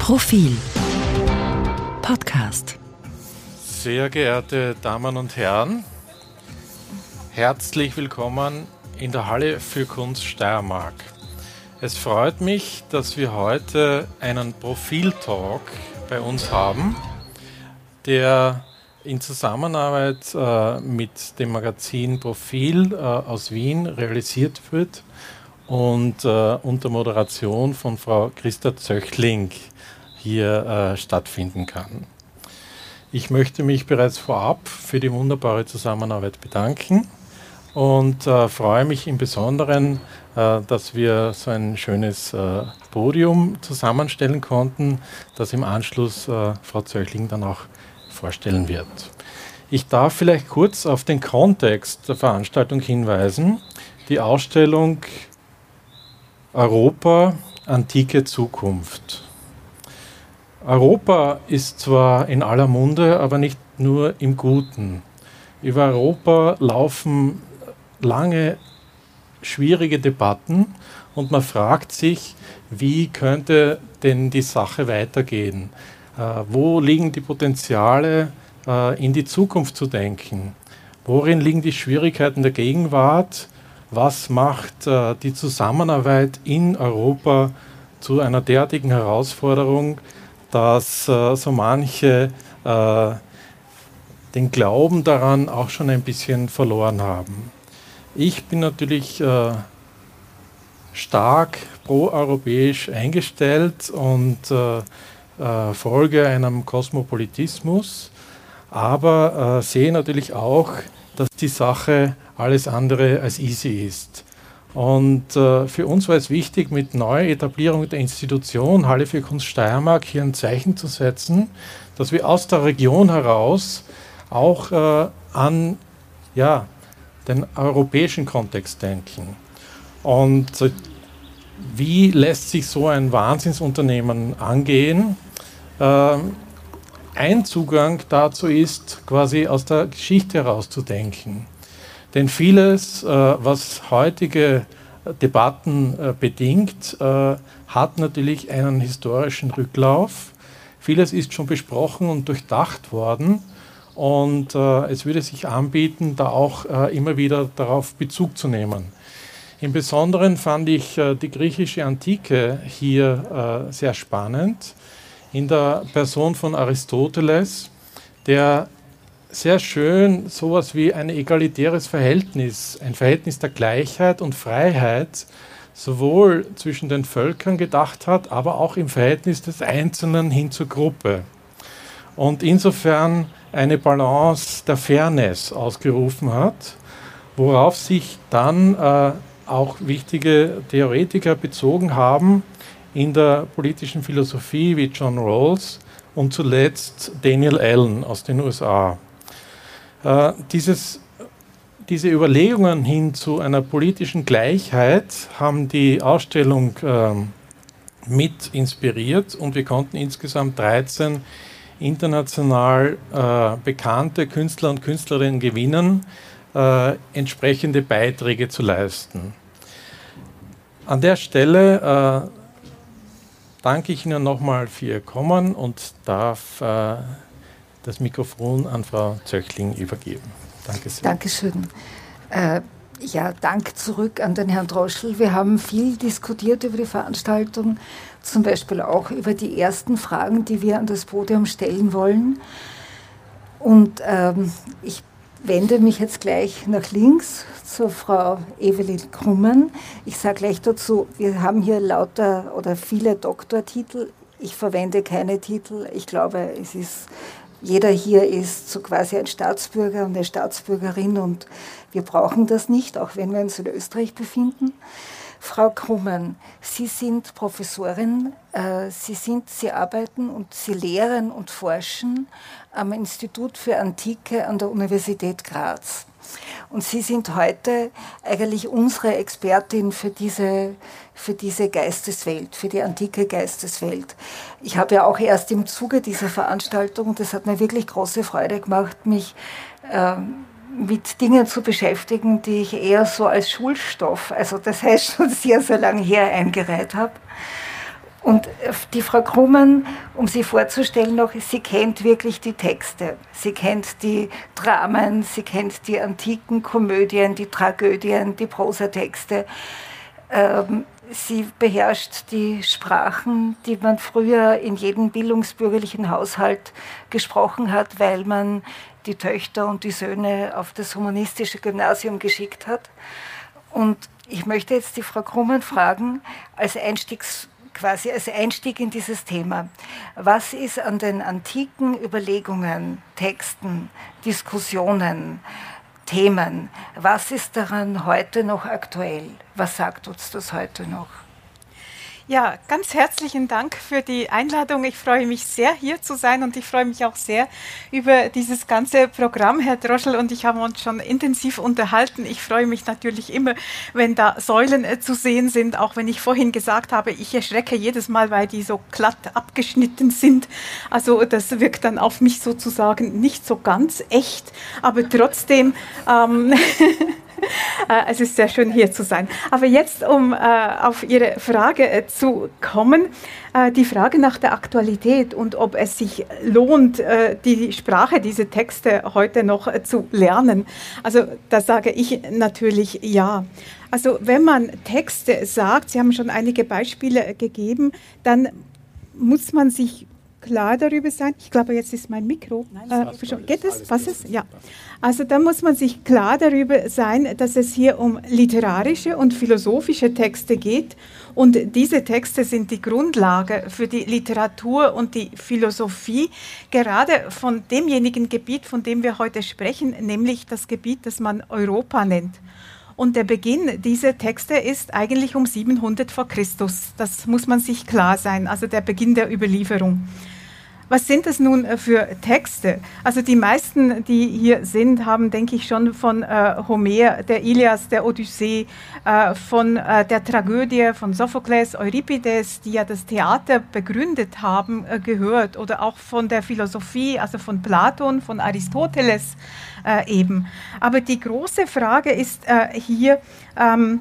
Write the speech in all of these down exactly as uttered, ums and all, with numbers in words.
Profil Podcast. Sehr geehrte Damen und Herren, herzlich willkommen in der Halle für Kunst Steiermark. Es freut mich, dass wir heute einen Profil-Talk bei uns haben, der in Zusammenarbeit äh, mit dem Magazin Profil äh, aus Wien realisiert wird und äh, unter Moderation von Frau Christa Zöchling hier äh, stattfinden kann. Ich möchte mich bereits vorab für die wunderbare Zusammenarbeit bedanken und äh, freue mich im Besonderen, äh, dass wir so ein schönes äh, Podium zusammenstellen konnten, das im Anschluss äh, Frau Zöchling dann auch vorstellen wird. Ich darf vielleicht kurz auf den Kontext der Veranstaltung hinweisen. Die Ausstellung Europa, antike Zukunft. Europa ist zwar in aller Munde, aber nicht nur im Guten. Über Europa laufen lange schwierige Debatten und man fragt sich, wie könnte denn die Sache weitergehen? Äh, wo liegen die Potenziale, äh, in die Zukunft zu denken? Worin liegen die Schwierigkeiten der Gegenwart? Was macht äh, die Zusammenarbeit in Europa zu einer derartigen Herausforderung, dass äh, so manche äh, den Glauben daran auch schon ein bisschen verloren haben. Ich bin natürlich äh, stark proeuropäisch eingestellt und äh, äh, folge einem Kosmopolitismus, aber äh, sehe natürlich auch, dass die Sache alles andere als easy ist. Und äh, für uns war es wichtig, mit Neuetablierung der Institution Halle für Kunst Steiermark hier ein Zeichen zu setzen, dass wir aus der Region heraus auch äh, an ja, den europäischen Kontext denken. Und äh, wie lässt sich so ein Wahnsinnsunternehmen angehen? Äh, ein Zugang dazu ist, quasi aus der Geschichte heraus zu denken. Denn vieles, äh, was heutige Debatten äh, bedingt, äh, hat natürlich einen historischen Rücklauf. Vieles ist schon besprochen und durchdacht worden und äh, es würde sich anbieten, da auch äh, immer wieder darauf Bezug zu nehmen. Im Besonderen fand ich äh, die griechische Antike hier äh, sehr spannend, in der Person von Aristoteles, der sehr schön sowas wie ein egalitäres Verhältnis, ein Verhältnis der Gleichheit und Freiheit sowohl zwischen den Völkern gedacht hat, aber auch im Verhältnis des Einzelnen hin zur Gruppe. Und insofern eine Balance der Fairness ausgerufen hat, worauf sich dann äh, auch wichtige Theoretiker bezogen haben in der politischen Philosophie wie John Rawls und zuletzt Daniel Allen aus den U S A. Äh, dieses, diese Überlegungen hin zu einer politischen Gleichheit haben die Ausstellung äh, mit inspiriert und wir konnten insgesamt dreizehn international äh, bekannte Künstler und Künstlerinnen gewinnen, äh, entsprechende Beiträge zu leisten. An der Stelle äh, danke ich Ihnen nochmal für Ihr Kommen und darf äh, das Mikrofon an Frau Zöchling übergeben. Danke sehr. Dankeschön. Äh, ja, Dank zurück an den Herrn Droschl. Wir haben viel diskutiert über die Veranstaltung, zum Beispiel auch über die ersten Fragen, die wir an das Podium stellen wollen. Und ähm, ich wende mich jetzt gleich nach links zur Frau Evelyn Krummen. Ich sage gleich dazu, wir haben hier lauter oder viele Doktortitel. Ich verwende keine Titel. Ich glaube, es ist jeder hier ist so quasi ein Staatsbürger und eine Staatsbürgerin und wir brauchen das nicht, auch wenn wir uns in Österreich befinden. Frau Krummen, Sie sind Professorin, äh, Sie, sind, Sie arbeiten und Sie lehren und forschen am Institut für Antike an der Universität Graz. Und Sie sind heute eigentlich unsere Expertin für diese, für diese Geisteswelt, für die antike Geisteswelt. Ich habe ja auch erst im Zuge dieser Veranstaltung, und das hat mir wirklich große Freude gemacht, mich ähm, mit Dingen zu beschäftigen, die ich eher so als Schulstoff, also das heißt schon sehr, sehr lange her, eingereiht habe. Und die Frau Grumman, um sie vorzustellen noch, sie kennt wirklich die Texte. Sie kennt die Dramen, sie kennt die antiken Komödien, die Tragödien, die Prosatexte. Ähm, sie beherrscht die Sprachen, die man früher in jedem bildungsbürgerlichen Haushalt gesprochen hat, weil man die Töchter und die Söhne auf das humanistische Gymnasium geschickt hat. Und ich möchte jetzt die Frau Grumman fragen, als Einstiegs quasi als Einstieg in dieses Thema. Was ist an den antiken Überlegungen, Texten, Diskussionen, Themen, was ist daran heute noch aktuell? Was sagt uns das heute noch? Ja, ganz herzlichen Dank für die Einladung. Ich freue mich sehr, hier zu sein und ich freue mich auch sehr über dieses ganze Programm. Herr Droschl und ich haben uns schon intensiv unterhalten. Ich freue mich natürlich immer, wenn da Säulen äh, zu sehen sind, auch wenn ich vorhin gesagt habe, ich erschrecke jedes Mal, weil die so glatt abgeschnitten sind. Also das wirkt dann auf mich sozusagen nicht so ganz echt, aber trotzdem... Ähm, Es ist sehr schön, hier zu sein. Aber jetzt, um äh, auf Ihre Frage äh, zu kommen, äh, die Frage nach der Aktualität und ob es sich lohnt, äh, die Sprache, diese Texte heute noch äh, zu lernen. Also da sage ich natürlich ja. Also wenn man Texte sagt, Sie haben schon einige Beispiele äh, gegeben, dann muss man sich klar darüber sein. Ich glaube, jetzt ist mein Mikro. Nein, äh, schon, geht es? Was ist? Ja. Also da muss man sich klar darüber sein, dass es hier um literarische und philosophische Texte geht. Und diese Texte sind die Grundlage für die Literatur und die Philosophie, gerade von demjenigen Gebiet, von dem wir heute sprechen, nämlich das Gebiet, das man Europa nennt. Und der Beginn dieser Texte ist eigentlich um siebenhundert vor Christus. Das muss man sich klar sein, also der Beginn der Überlieferung. Was sind das nun für Texte? Also die meisten, die hier sind, haben, denke ich, schon von äh, Homer, der Ilias, der Odyssee, äh, von äh, der Tragödie von Sophokles, Euripides, die ja das Theater begründet haben, äh, gehört. Oder auch von der Philosophie, also von Platon, von Aristoteles äh, eben. Aber die große Frage ist äh, hier, ähm,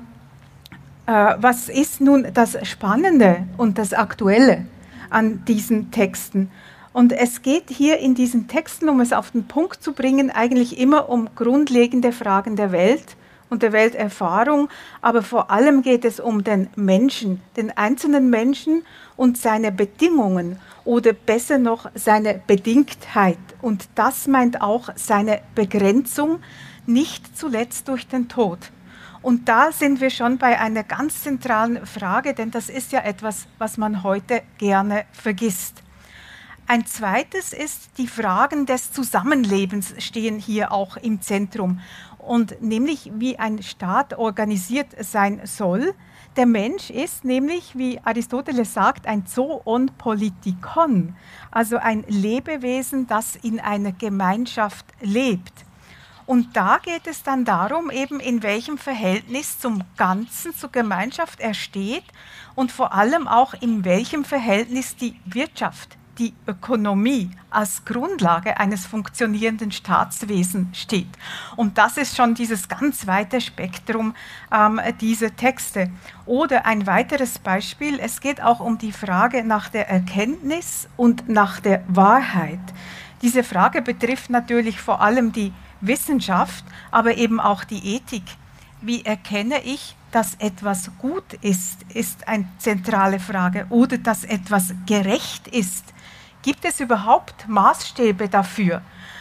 äh, was ist nun das Spannende und das Aktuelle an diesen Texten? Und es geht hier in diesen Texten, um es auf den Punkt zu bringen, eigentlich immer um grundlegende Fragen der Welt und der Welterfahrung, aber vor allem geht es um den Menschen, den einzelnen Menschen und seine Bedingungen oder besser noch seine Bedingtheit. Und das meint auch seine Begrenzung, nicht zuletzt durch den Tod. Und da sind wir schon bei einer ganz zentralen Frage, denn das ist ja etwas, was man heute gerne vergisst. Ein zweites ist, die Fragen des Zusammenlebens stehen hier auch im Zentrum. Und nämlich, wie ein Staat organisiert sein soll. Der Mensch ist nämlich, wie Aristoteles sagt, ein Zoon Politikon, also ein Lebewesen, das in einer Gemeinschaft lebt. Und da geht es dann darum, eben in welchem Verhältnis zum Ganzen, zur Gemeinschaft er steht und vor allem auch in welchem Verhältnis die Wirtschaft, die Ökonomie als Grundlage eines funktionierenden Staatswesens steht. Und das ist schon dieses ganz weite Spektrum ähm, dieser Texte. Oder ein weiteres Beispiel, es geht auch um die Frage nach der Erkenntnis und nach der Wahrheit. Diese Frage betrifft natürlich vor allem die Wissenschaft, aber eben auch die Ethik. Wie erkenne ich, dass etwas gut ist, ist eine zentrale Frage. Oder dass etwas gerecht ist. Gibt es überhaupt Maßstäbe dafür?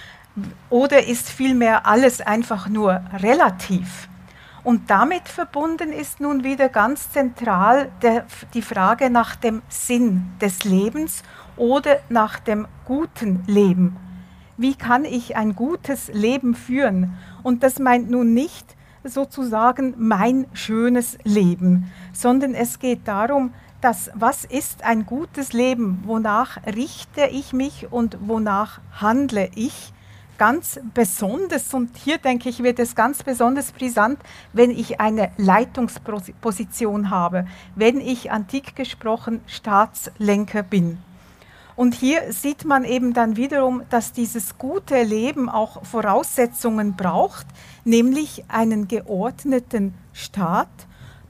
Oder ist vielmehr alles einfach nur relativ? Und damit verbunden ist nun wieder ganz zentral der, die Frage nach dem Sinn des Lebens oder nach dem guten Leben. Wie kann ich ein gutes Leben führen? Und das meint nun nicht sozusagen mein schönes Leben, sondern es geht darum, dass, was ist ein gutes Leben? Wonach richte ich mich und wonach handle ich? Ganz besonders, und hier denke ich, wird es ganz besonders brisant, wenn ich eine Leitungsposition habe, wenn ich antik gesprochen Staatslenker bin. Und hier sieht man eben dann wiederum, dass dieses gute Leben auch Voraussetzungen braucht, nämlich einen geordneten Staat,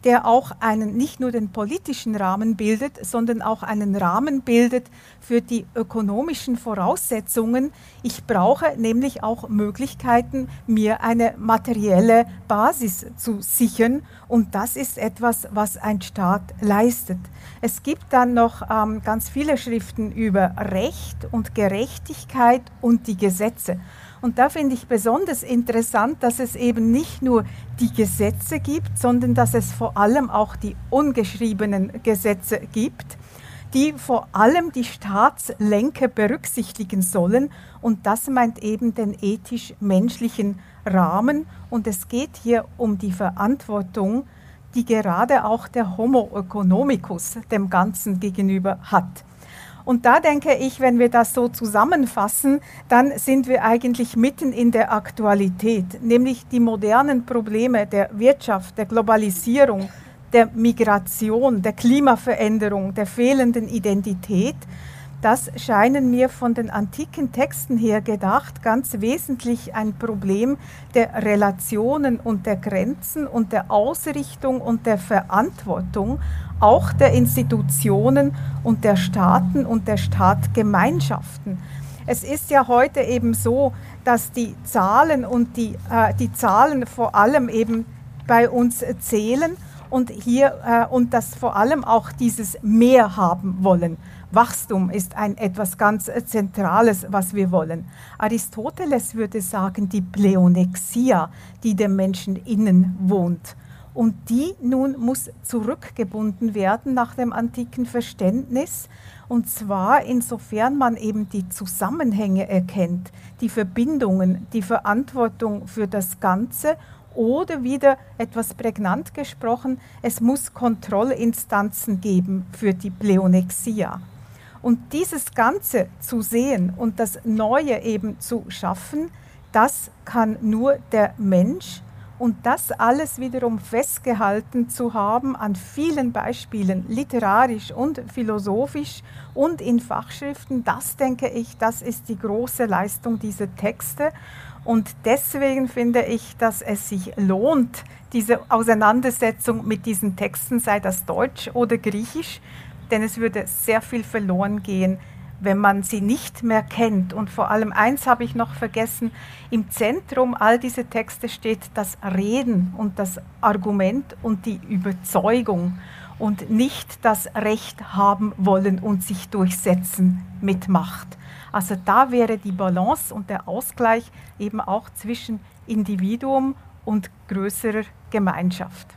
der auch einen, nicht nur den politischen Rahmen bildet, sondern auch einen Rahmen bildet für die ökonomischen Voraussetzungen. Ich brauche nämlich auch Möglichkeiten, mir eine materielle Basis zu sichern, und das ist etwas, was ein Staat leistet. Es gibt dann noch ähm, ganz viele Schriften über Recht und Gerechtigkeit und die Gesetze. Und da finde ich besonders interessant, dass es eben nicht nur die Gesetze gibt, sondern dass es vor allem auch die ungeschriebenen Gesetze gibt, die vor allem die Staatslenker berücksichtigen sollen. Und das meint eben den ethisch-menschlichen Rahmen. Und es geht hier um die Verantwortung, die gerade auch der Homo economicus dem Ganzen gegenüber hat. Und da denke ich, wenn wir das so zusammenfassen, dann sind wir eigentlich mitten in der Aktualität, nämlich die modernen Probleme der Wirtschaft, der Globalisierung, der Migration, der Klimaveränderung, der fehlenden Identität. Das scheinen mir von den antiken Texten her gedacht ganz wesentlich ein Problem der Relationen und der Grenzen und der Ausrichtung und der Verantwortung, auch der Institutionen und der Staaten und der Staatgemeinschaften. Es ist ja heute eben so, dass die Zahlen und die, äh, die Zahlen vor allem eben bei uns zählen und hier äh, und dass vor allem auch dieses Mehr haben wollen. Wachstum ist ein etwas ganz Zentrales, was wir wollen. Aristoteles würde sagen, die Pleonexia, die dem Menschen innen wohnt. Und die nun muss zurückgebunden werden nach dem antiken Verständnis, und zwar insofern man eben die Zusammenhänge erkennt, die Verbindungen, die Verantwortung für das Ganze, oder wieder etwas prägnant gesprochen, es muss Kontrollinstanzen geben für die Pleonexia. Und dieses Ganze zu sehen und das Neue eben zu schaffen, das kann nur der Mensch. Und das alles wiederum festgehalten zu haben an vielen Beispielen, literarisch und philosophisch und in Fachschriften, das denke ich, das ist die große Leistung dieser Texte. Und deswegen finde ich, dass es sich lohnt, diese Auseinandersetzung mit diesen Texten, sei das Deutsch oder Griechisch, denn es würde sehr viel verloren gehen, wenn man sie nicht mehr kennt. Und vor allem eins habe ich noch vergessen, im Zentrum all dieser Texte steht das Reden und das Argument und die Überzeugung und nicht das Recht haben wollen und sich durchsetzen mit Macht. Also da wäre die Balance und der Ausgleich eben auch zwischen Individuum und größerer Gemeinschaft.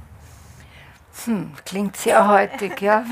Hm, klingt sehr heutig, ja.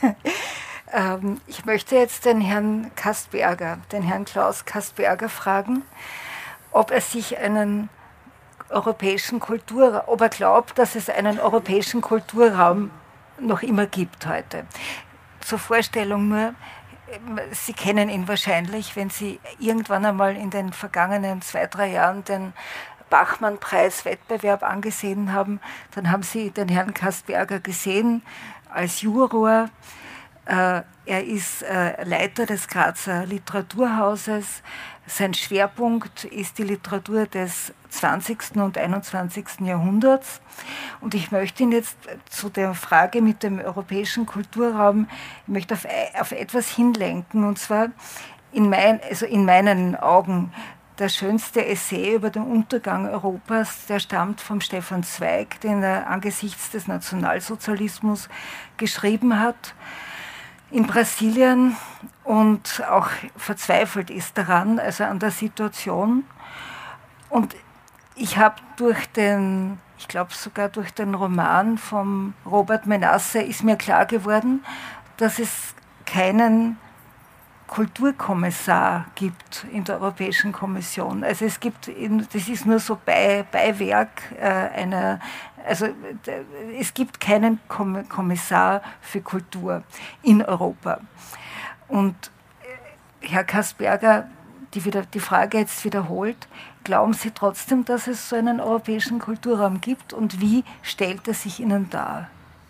ähm, ich möchte jetzt den Herrn Kastberger, den Herrn Klaus Kastberger fragen, ob er sich einen europäischen Kulturraum, ob er glaubt, dass es einen europäischen Kulturraum noch immer gibt heute. Zur Vorstellung nur, Sie kennen ihn wahrscheinlich, wenn Sie irgendwann einmal in den vergangenen zwei, drei Jahren den Bachmann-Preis-Wettbewerb angesehen haben, dann haben Sie den Herrn Kastberger gesehen als Juror. Äh, er ist äh, Leiter des Grazer Literaturhauses. Sein Schwerpunkt ist die Literatur des zwanzigsten und einundzwanzigsten Jahrhunderts. Und ich möchte ihn jetzt zu der Frage mit dem europäischen Kulturraum, ich möchte auf, auf etwas hinlenken, und zwar in, mein, also in meinen Augen der schönste Essay über den Untergang Europas, der stammt vom Stefan Zweig, den er angesichts des Nationalsozialismus geschrieben hat in Brasilien und auch verzweifelt ist daran, also an der Situation. Und ich habe durch den, ich glaube sogar durch den Roman von Robert Menasse ist mir klar geworden, dass es keinen Kulturkommissar gibt in der Europäischen Kommission. Also es gibt, das ist nur so Bei, Beiwerk äh, einer, also es gibt keinen Kommissar für Kultur in Europa. Und Herr Kastberger, die, wieder, die Frage jetzt wiederholt, glauben Sie trotzdem, dass es so einen europäischen Kulturraum gibt, und wie stellt er sich Ihnen dar?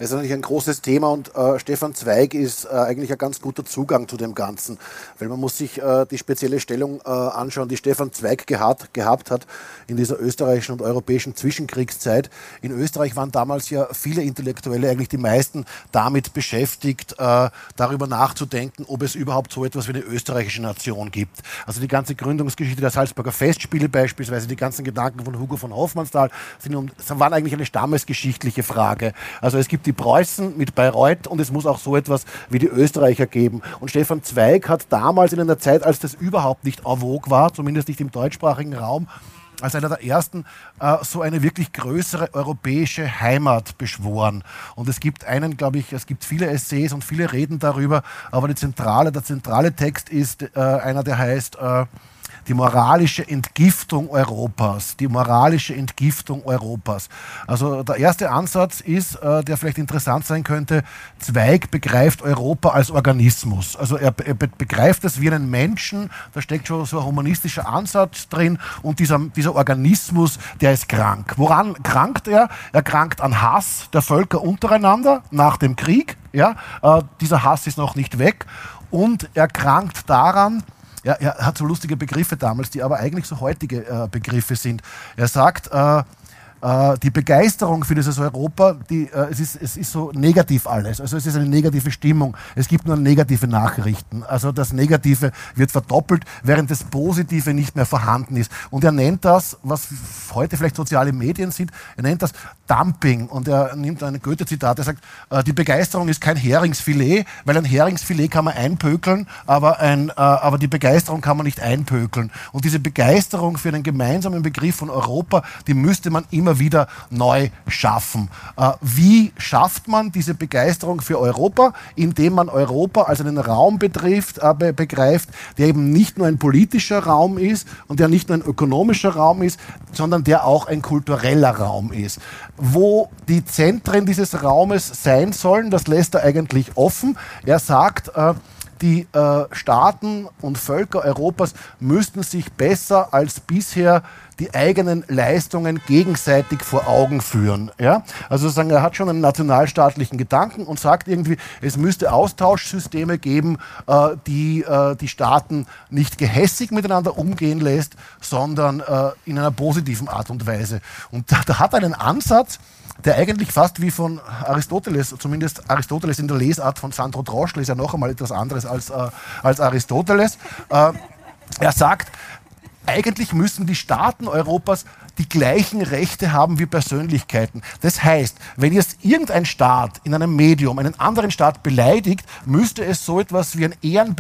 Das ist natürlich ein großes Thema und äh, Stefan Zweig ist äh, eigentlich ein ganz guter Zugang zu dem Ganzen, weil man muss sich äh, die spezielle Stellung äh, anschauen, die Stefan Zweig gehabt, gehabt hat in dieser österreichischen und europäischen Zwischenkriegszeit. In Österreich waren damals ja viele Intellektuelle, eigentlich die meisten, damit beschäftigt, äh, darüber nachzudenken, ob es überhaupt so etwas wie eine österreichische Nation gibt. Also die ganze Gründungsgeschichte der Salzburger Festspiele beispielsweise, die ganzen Gedanken von Hugo von Hofmannsthal, sind um, waren eigentlich eine stammesgeschichtliche Frage. Also es gibt die Preußen mit Bayreuth und es muss auch so etwas wie die Österreicher geben. Und Stefan Zweig hat damals in einer Zeit, als das überhaupt nicht en vogue war, zumindest nicht im deutschsprachigen Raum, als einer der ersten äh, so eine wirklich größere europäische Heimat beschworen. Und es gibt einen, glaube ich, es gibt viele Essays und viele Reden darüber, aber die zentrale, der zentrale Text ist äh, einer, der heißt äh, die moralische Entgiftung Europas, die moralische Entgiftung Europas. Also der erste Ansatz ist, äh, der vielleicht interessant sein könnte, Zweig begreift Europa als Organismus. Also er, er begreift es wie einen Menschen, da steckt schon so ein humanistischer Ansatz drin und dieser, dieser Organismus, der ist krank. Woran krankt er? Er krankt an Hass der Völker untereinander nach dem Krieg. Ja? Äh, dieser Hass ist noch nicht weg und er krankt daran, ja, er hat so lustige Begriffe damals, die aber eigentlich so heutige äh, Begriffe sind. Er sagt, äh, äh, die Begeisterung für dieses Europa, die, äh, es, ist, es ist so negativ alles. Also es ist eine negative Stimmung. Es gibt nur negative Nachrichten. Also das Negative wird verdoppelt, während das Positive nicht mehr vorhanden ist. Und er nennt das, was heute vielleicht soziale Medien sind, er nennt das Dumping. Und er nimmt ein Goethe-Zitat, er sagt, äh, die Begeisterung ist kein Heringsfilet, weil ein Heringsfilet kann man einpökeln, aber, ein, äh, aber die Begeisterung kann man nicht einpökeln. Und diese Begeisterung für einen gemeinsamen Begriff von Europa, die müsste man immer wieder neu schaffen. Äh, wie schafft man diese Begeisterung für Europa? Indem man Europa als einen Raum betrifft, äh, be- begreift, der eben nicht nur ein politischer Raum ist und der nicht nur ein ökonomischer Raum ist, sondern der auch ein kultureller Raum ist. Wo die Zentren dieses Raumes sein sollen, das lässt er eigentlich offen. Er sagt, äh, die äh, Staaten und Völker Europas müssten sich besser als bisher die eigenen Leistungen gegenseitig vor Augen führen. Ja? Also sozusagen, er hat schon einen nationalstaatlichen Gedanken und sagt irgendwie, es müsste Austauschsysteme geben, äh, die äh, die Staaten nicht gehässig miteinander umgehen lässt, sondern äh, in einer positiven Art und Weise. Und da, da hat er einen Ansatz, der eigentlich fast wie von Aristoteles, zumindest Aristoteles in der Lesart von Sandro Droschl, ist ja noch einmal etwas anderes als, äh, als Aristoteles. Äh, er sagt, eigentlich müssen die Staaten Europas die gleichen Rechte haben wie Persönlichkeiten. Das heißt, wenn jetzt irgendein Staat in einem Medium einen anderen Staat beleidigt, müsste es so etwas wie einen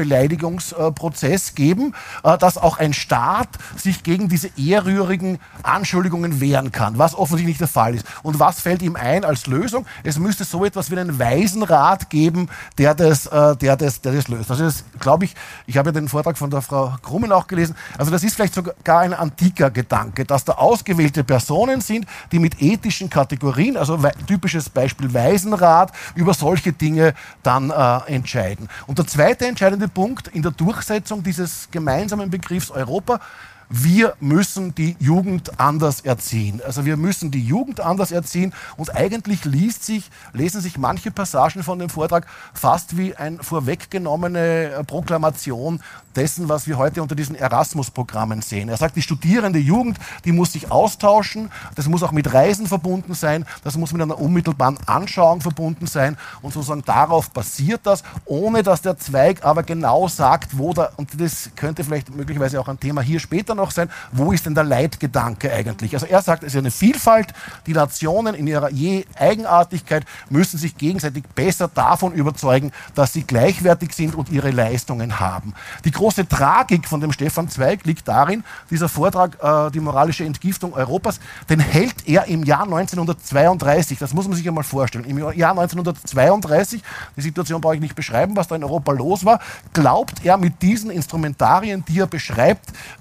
Ehrenbeleidigungsprozess geben, dass auch ein Staat sich gegen diese ehrrührigen Anschuldigungen wehren kann, was offensichtlich nicht der Fall ist. Und was fällt ihm ein als Lösung? Es müsste so etwas wie einen Waisenrat geben, der das, der das, der das löst. Also das glaube ich, ich habe ja den Vortrag von der Frau Krummen auch gelesen, also das ist vielleicht sogar ein antiker Gedanke, dass da ausgewählte Personen sind, die mit ethischen Kategorien, also typisches Beispiel Waisenrat, über solche Dinge dann äh, entscheiden. Und der zweite entscheidende Punkt in der Durchsetzung dieses gemeinsamen Begriffs Europa: Wir müssen die Jugend anders erziehen. Also wir müssen die Jugend anders erziehen und eigentlich liest sich, lesen sich manche Passagen von dem Vortrag fast wie eine vorweggenommene Proklamation dessen, was wir heute unter diesen Erasmus-Programmen sehen. Er sagt, die studierende Jugend, die muss sich austauschen, das muss auch mit Reisen verbunden sein, das muss mit einer unmittelbaren Anschauung verbunden sein und sozusagen darauf basiert das, ohne dass der Zweig aber genau sagt, wo da, und das könnte vielleicht möglicherweise auch ein Thema hier später noch sein, wo ist denn der Leitgedanke eigentlich? Also er sagt, es ist eine Vielfalt, die Nationen in ihrer je Eigenartigkeit müssen sich gegenseitig besser davon überzeugen, dass sie gleichwertig sind und ihre Leistungen haben. Die große Tragik von dem Stefan Zweig liegt darin, dieser Vortrag, äh, die moralische Entgiftung Europas, den hält er im Jahr neunzehnhundertzweiunddreißig, das muss man sich einmal vorstellen, im Jahr neunzehnhundertzweiunddreißig, die Situation brauche ich nicht beschreiben, was da in Europa los war, glaubt er mit diesen Instrumentarien, die er beschreibt, äh, diese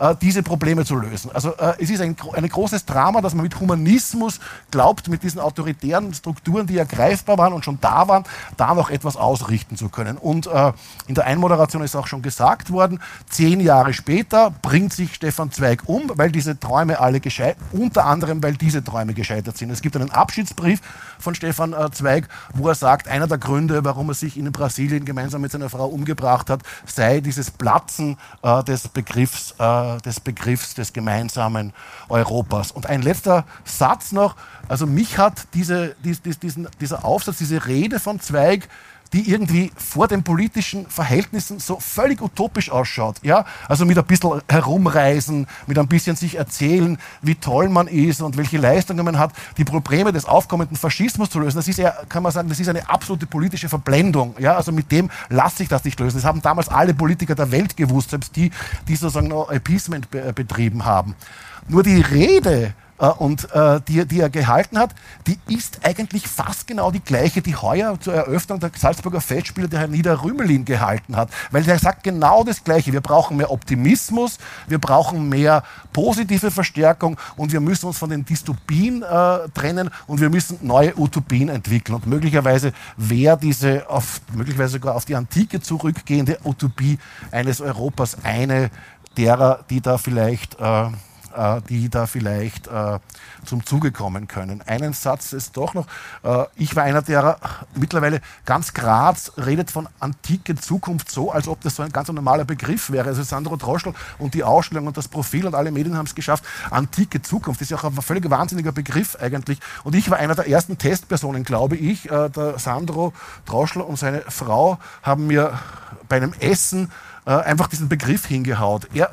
diese Probleme zu lösen. Also äh, es ist ein, ein großes Drama, dass man mit Humanismus glaubt, mit diesen autoritären Strukturen, die ja greifbar waren und schon da waren, da noch etwas ausrichten zu können. Und äh, in der Einmoderation ist auch schon gesagt worden, zehn Jahre später bringt sich Stefan Zweig um, weil diese Träume alle gescheitert, unter anderem, weil diese Träume gescheitert sind. Es gibt einen Abschiedsbrief von Stefan äh, Zweig, wo er sagt, einer der Gründe, warum er sich in Brasilien gemeinsam mit seiner Frau umgebracht hat, sei dieses Platzen äh, des Begriffs, äh, des Begriffs des gemeinsamen Europas. Und ein letzter Satz noch, also mich hat diese, dies, dies, diesen, dieser Aufsatz, diese Rede von Zweig, die irgendwie vor den politischen Verhältnissen so völlig utopisch ausschaut. Ja? Also mit ein bisschen herumreisen, mit ein bisschen sich erzählen, wie toll man ist und welche Leistungen man hat, die Probleme des aufkommenden Faschismus zu lösen. Das ist ja, kann man sagen, das ist eine absolute politische Verblendung. Ja? Also mit dem lasse sich das nicht lösen. Das haben damals alle Politiker der Welt gewusst, selbst die, die sozusagen noch Appeasement be- betrieben haben. Nur die Rede, und äh, die, die er gehalten hat, die ist eigentlich fast genau die gleiche, die heuer zur Eröffnung der Salzburger Festspiele der Herr Nieder-Rümelin gehalten hat. Weil der sagt genau das Gleiche. Wir brauchen mehr Optimismus, wir brauchen mehr positive Verstärkung und wir müssen uns von den Dystopien äh, trennen und wir müssen neue Utopien entwickeln. Und möglicherweise wäre diese, auf, möglicherweise sogar auf die Antike zurückgehende Utopie eines Europas eine derer, die da vielleicht... Äh, die da vielleicht äh, zum Zuge kommen können. Einen Satz ist doch noch, äh, ich war einer derer, mittlerweile ganz Graz redet von antike Zukunft so, als ob das so ein ganz normaler Begriff wäre. Also Sandro Droschl und die Ausstellung und das Profil und alle Medien haben es geschafft. Antike Zukunft ist ja auch ein völlig wahnsinniger Begriff eigentlich. Und ich war einer der ersten Testpersonen, glaube ich. Äh, der Sandro Droschl und seine Frau haben mir bei einem Essen äh, einfach diesen Begriff hingehaut. Er,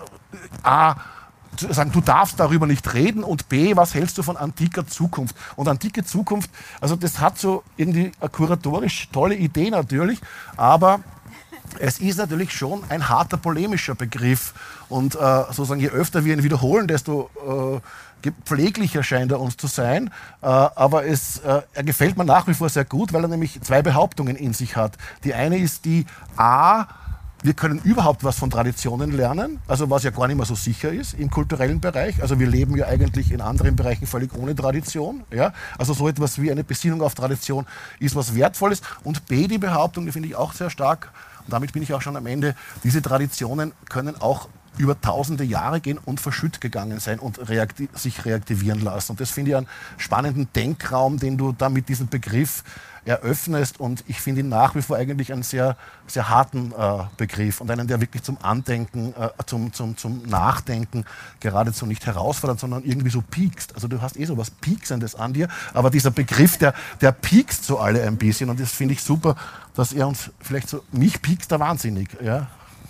A, sagen, du darfst darüber nicht reden und B, was hältst du von antiker Zukunft? Und antike Zukunft, also das hat so irgendwie eine kuratorisch tolle Idee natürlich, aber es ist natürlich schon ein harter polemischer Begriff und äh, sozusagen je öfter wir ihn wiederholen, desto äh, pfleglicher scheint er uns zu sein, äh, aber es, äh, er gefällt mir nach wie vor sehr gut, weil er nämlich zwei Behauptungen in sich hat. Die eine ist die A, wir können überhaupt was von Traditionen lernen, also was ja gar nicht mehr so sicher ist im kulturellen Bereich. Also wir leben ja eigentlich in anderen Bereichen völlig ohne Tradition. Ja? Also so etwas wie eine Besinnung auf Tradition ist was Wertvolles. Und B, die Behauptung, die finde ich auch sehr stark, und damit bin ich auch schon am Ende, diese Traditionen können auch über tausende Jahre gehen und verschütt gegangen sein und reakti- sich reaktivieren lassen. Und das finde ich einen spannenden Denkraum, den du da mit diesem Begriff eröffnest und ich finde ihn nach wie vor eigentlich einen sehr, sehr harten äh, Begriff und einen, der wirklich zum Andenken, äh, zum, zum, zum Nachdenken geradezu nicht herausfordert, sondern irgendwie so piekst. Also du hast eh so was Pieksendes an dir, aber dieser Begriff, der, der piekst so alle ein bisschen und das finde ich super, dass er uns vielleicht so, mich piekst da wahnsinnig. Ja.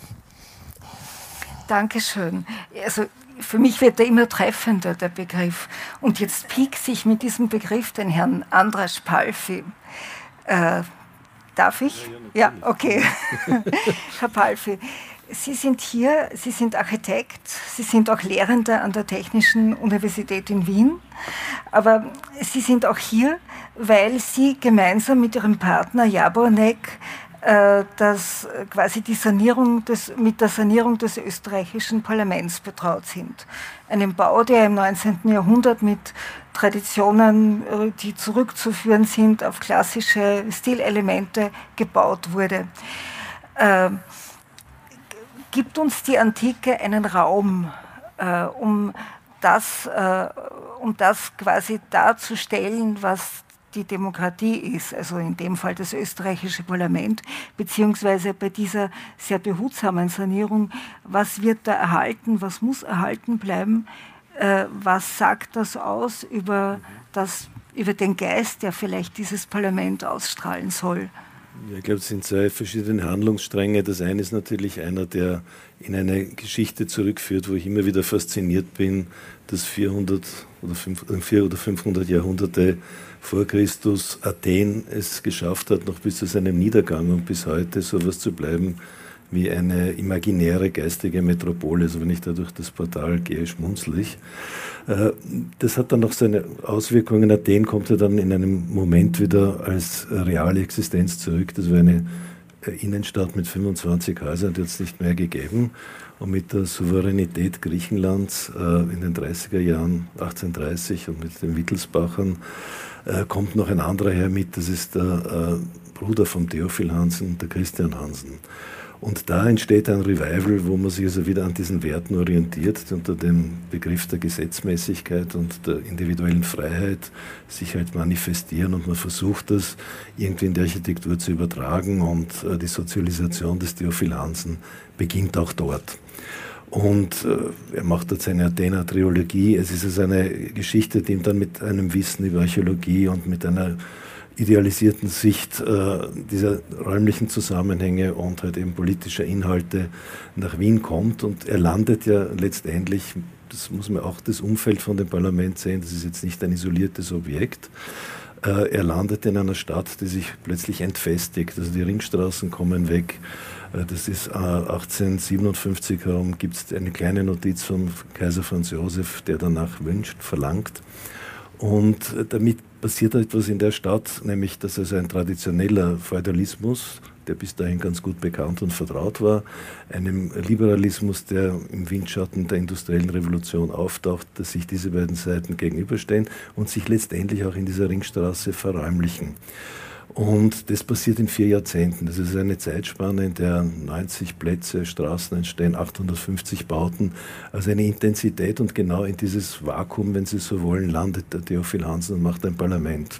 Dankeschön. Also für mich wird er immer treffender, der Begriff. Und jetzt piekst ich mit diesem Begriff den Herrn Andras Palfi. Äh, darf ich? Ja, ja, okay. Herr Palfi, Sie sind hier, Sie sind Architekt, Sie sind auch Lehrender an der Technischen Universität in Wien, aber Sie sind auch hier, weil Sie gemeinsam mit Ihrem Partner Jabornek dass quasi die Sanierung des, mit der Sanierung des österreichischen Parlaments betraut sind. Einem Bau, der im neunzehnten Jahrhundert mit Traditionen, die zurückzuführen sind, auf klassische Stilelemente gebaut wurde. Äh, gibt uns die Antike einen Raum, äh, um, das, äh, um das quasi darzustellen, was die Demokratie ist, also in dem Fall das österreichische Parlament, beziehungsweise bei dieser sehr behutsamen Sanierung, was wird da erhalten, was muss erhalten bleiben, äh, was sagt das aus über, das, über den Geist, der vielleicht dieses Parlament ausstrahlen soll? Ja, ich glaube, es sind zwei verschiedene Handlungsstränge. Das eine ist natürlich einer, der in eine Geschichte zurückführt, wo ich immer wieder fasziniert bin, dass vierhundert oder vierhundert oder fünfhundert Jahrhunderte vor Christus Athen es geschafft hat, noch bis zu seinem Niedergang und bis heute sowas zu bleiben wie eine imaginäre geistige Metropole. Also wenn ich da durch das Portal gehe, schmunzel ich. Das hat dann noch seine Auswirkungen. Athen kommt ja dann in einem Moment wieder als reale Existenz zurück. Das war eine Innenstadt mit fünfundzwanzig Häusern, die hat es nicht mehr gegeben. Und mit der Souveränität Griechenlands äh, in den dreißiger Jahren, achtzehnhundertdreißig, und mit den Wittelsbachern äh, kommt noch ein anderer her mit, das ist der äh, Bruder von Theophil Hansen, der Christian Hansen. Und da entsteht ein Revival, wo man sich also wieder an diesen Werten orientiert, die unter dem Begriff der Gesetzmäßigkeit und der individuellen Freiheit sich halt manifestieren, und man versucht das irgendwie in die Architektur zu übertragen, und äh, die Sozialisation des Theophil Hansen beginnt auch dort. Und äh, er macht dort seine Athena-Trilogie. Es ist also eine Geschichte, die ihm dann mit einem Wissen über Archäologie und mit einer idealisierten Sicht äh, dieser räumlichen Zusammenhänge und halt eben politischer Inhalte nach Wien kommt. Und er landet ja letztendlich, das muss man auch das Umfeld von dem Parlament sehen, das ist jetzt nicht ein isoliertes Objekt, äh, er landet in einer Stadt, die sich plötzlich entfestigt. Also die Ringstraßen kommen weg. Äh, das ist äh, achtzehnhundertsiebenundfünfzig herum, gibt es eine kleine Notiz vom Kaiser Franz Josef, der danach wünscht, verlangt. Und damit passiert etwas in der Stadt, nämlich dass also ein traditioneller Feudalismus, der bis dahin ganz gut bekannt und vertraut war, einem Liberalismus, der im Windschatten der industriellen Revolution auftaucht, dass sich diese beiden Seiten gegenüberstehen und sich letztendlich auch in dieser Ringstraße verräumlichen. Und das passiert in vier Jahrzehnten. Das ist eine Zeitspanne, in der neunzig Plätze, Straßen entstehen, achthundertfünfzig Bauten. Also eine Intensität, und genau in dieses Vakuum, wenn Sie so wollen, landet der Theophil Hansen und macht ein Parlament.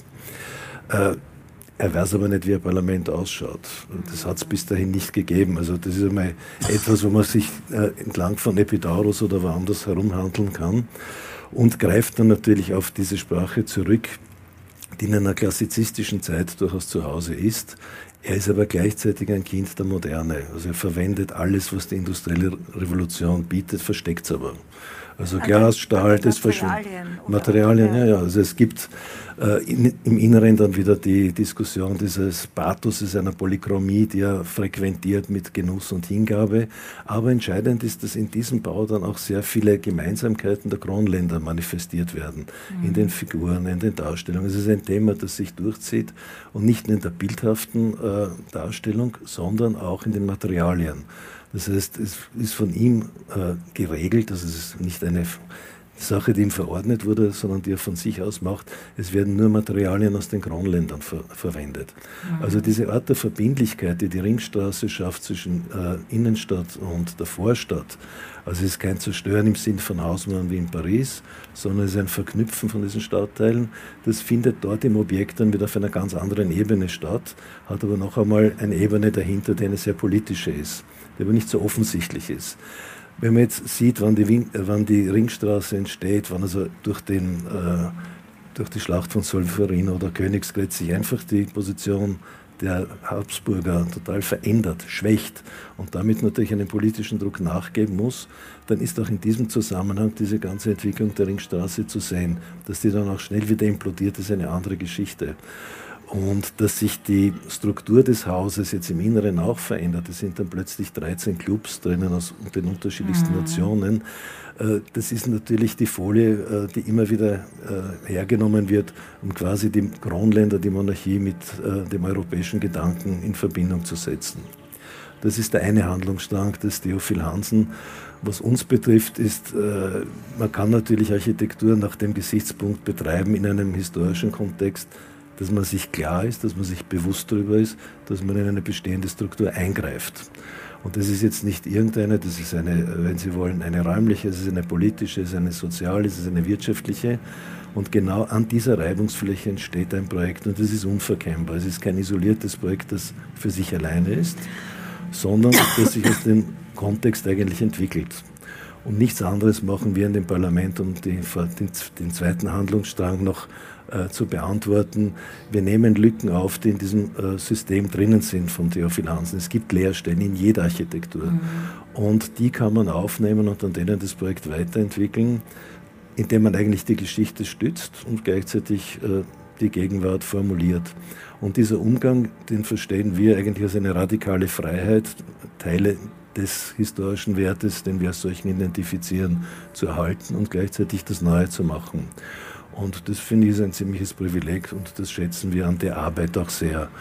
Äh, er weiß aber nicht, wie ein Parlament ausschaut. Das hat es bis dahin nicht gegeben. Also das ist einmal etwas, wo man sich äh, entlang von Epidaurus oder woanders herumhandeln kann, und greift dann natürlich auf diese Sprache zurück, die in einer klassizistischen Zeit durchaus zu Hause ist. Er ist aber gleichzeitig ein Kind der Moderne. Also er verwendet alles, was die industrielle Revolution bietet, versteckt es aber. Also Glas, Stahl, das verschwindet. Materialien, ja, ja. Also es gibt äh, in, im Inneren dann wieder die Diskussion dieses Pathoses einer Polychromie, die er frequentiert mit Genuss und Hingabe. Aber entscheidend ist, dass in diesem Bau dann auch sehr viele Gemeinsamkeiten der Kronländer manifestiert werden. Mhm. In den Figuren, in den Darstellungen. Es ist ein Thema, das sich durchzieht, und nicht nur in der bildhaften äh, Darstellung, sondern auch in den Materialien. Das heißt, es ist von ihm äh, geregelt, also es ist nicht eine Sache, die ihm verordnet wurde, sondern die er von sich aus macht. Es werden nur Materialien aus den Kronländern ver verwendet. Mhm. Also diese Art der Verbindlichkeit, die die Ringstraße schafft zwischen äh, Innenstadt und der Vorstadt, also es ist kein Zerstören im Sinn von Hausmann wie in Paris, sondern es ist ein Verknüpfen von diesen Stadtteilen. Das findet dort im Objekt dann wieder auf einer ganz anderen Ebene statt, hat aber noch einmal eine Ebene dahinter, die eine sehr politische ist, die aber nicht so offensichtlich ist. Wenn man jetzt sieht, wann die, Wien, äh, wann die Ringstraße entsteht, wann also durch, den, äh, durch die Schlacht von Solferino oder Königsgrätz sich einfach die Position der Habsburger total verändert, schwächt und damit natürlich einen politischen Druck nachgeben muss, dann ist auch in diesem Zusammenhang diese ganze Entwicklung der Ringstraße zu sehen. Dass die dann auch schnell wieder implodiert, ist eine andere Geschichte. Und dass sich die Struktur des Hauses jetzt im Inneren auch verändert. Es sind dann plötzlich dreizehn Clubs drinnen aus den unterschiedlichsten mhm. Nationen. Das ist natürlich die Folie, die immer wieder hergenommen wird, um quasi die Kronländer, die Monarchie mit dem europäischen Gedanken in Verbindung zu setzen. Das ist der eine Handlungsstrang des Theophil Hansen. Was uns betrifft, ist, man kann natürlich Architektur nach dem Gesichtspunkt betreiben in einem historischen Kontext, dass man sich klar ist, dass man sich bewusst darüber ist, dass man in eine bestehende Struktur eingreift. Und das ist jetzt nicht irgendeine, das ist eine, wenn Sie wollen, eine räumliche, es ist eine politische, es ist eine soziale, es ist eine wirtschaftliche. Und genau an dieser Reibungsfläche entsteht ein Projekt, und das ist unverkennbar. Es ist kein isoliertes Projekt, das für sich alleine ist, sondern das sich aus dem Kontext eigentlich entwickelt. Und nichts anderes machen wir in dem Parlament, um die, den, den zweiten Handlungsstrang noch äh, zu beantworten. Wir nehmen Lücken auf, die in diesem äh, System drinnen sind von Theophil Hansen. Es gibt Leerstellen in jeder Architektur. Mhm. Und die kann man aufnehmen und an denen das Projekt weiterentwickeln, indem man eigentlich die Geschichte stützt und gleichzeitig äh, die Gegenwart formuliert. Und dieser Umgang, den verstehen wir eigentlich als eine radikale Freiheit, Teile des historischen Wertes, den wir als solchen identifizieren, zu erhalten und gleichzeitig das Neue zu machen. Und das finde ich ist ein ziemliches Privileg, und das schätzen wir an der Arbeit auch sehr.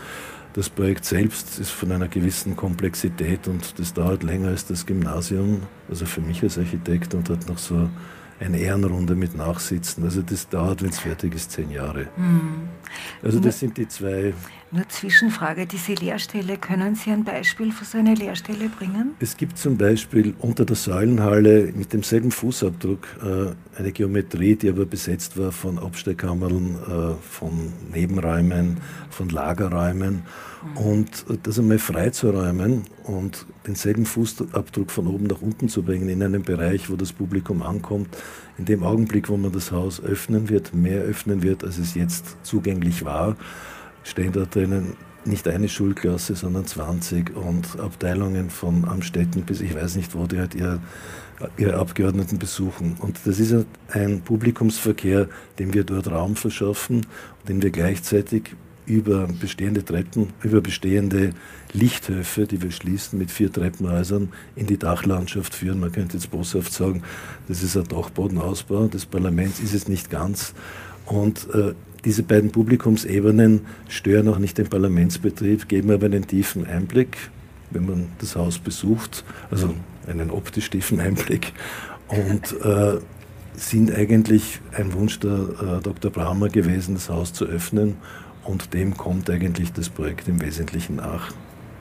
Das Projekt selbst ist von einer gewissen Komplexität und das dauert länger als das Gymnasium, also für mich als Architekt, und hat noch so eine Ehrenrunde mit Nachsitzen. Also das dauert, wenn es fertig ist, zehn Jahre. Mhm. Also das sind die zwei... Nur Zwischenfrage, diese Lehrstelle, können Sie ein Beispiel für so eine Lehrstelle bringen? Es gibt zum Beispiel unter der Säulenhalle mit demselben Fußabdruck äh, eine Geometrie, die aber besetzt war von Abstellkammern, äh, von Nebenräumen, von Lagerräumen. Mhm. Und das einmal freizuräumen und denselben Fußabdruck von oben nach unten zu bringen in einem Bereich, wo das Publikum ankommt, in dem Augenblick, wo man das Haus öffnen wird, mehr öffnen wird, als es jetzt zugänglich war, stehen da drinnen nicht eine Schulklasse, sondern zwanzig und Abteilungen von Amstetten bis ich weiß nicht wo, die halt ihre, ihre Abgeordneten besuchen. Und das ist ein Publikumsverkehr, dem wir dort Raum verschaffen, den wir gleichzeitig über bestehende Treppen, über bestehende Lichthöfe, die wir schließen mit vier Treppenhäusern, in die Dachlandschaft führen. Man könnte jetzt boshaft sagen, das ist ein Dachbodenausbau des Parlaments, ist es nicht ganz. Und äh, diese beiden Publikumsebenen stören auch nicht den Parlamentsbetrieb, geben aber einen tiefen Einblick, wenn man das Haus besucht, also einen optisch tiefen Einblick, und äh, sind eigentlich ein Wunsch der äh, Doktor Brammer gewesen, das Haus zu öffnen, und dem kommt eigentlich das Projekt im Wesentlichen nach.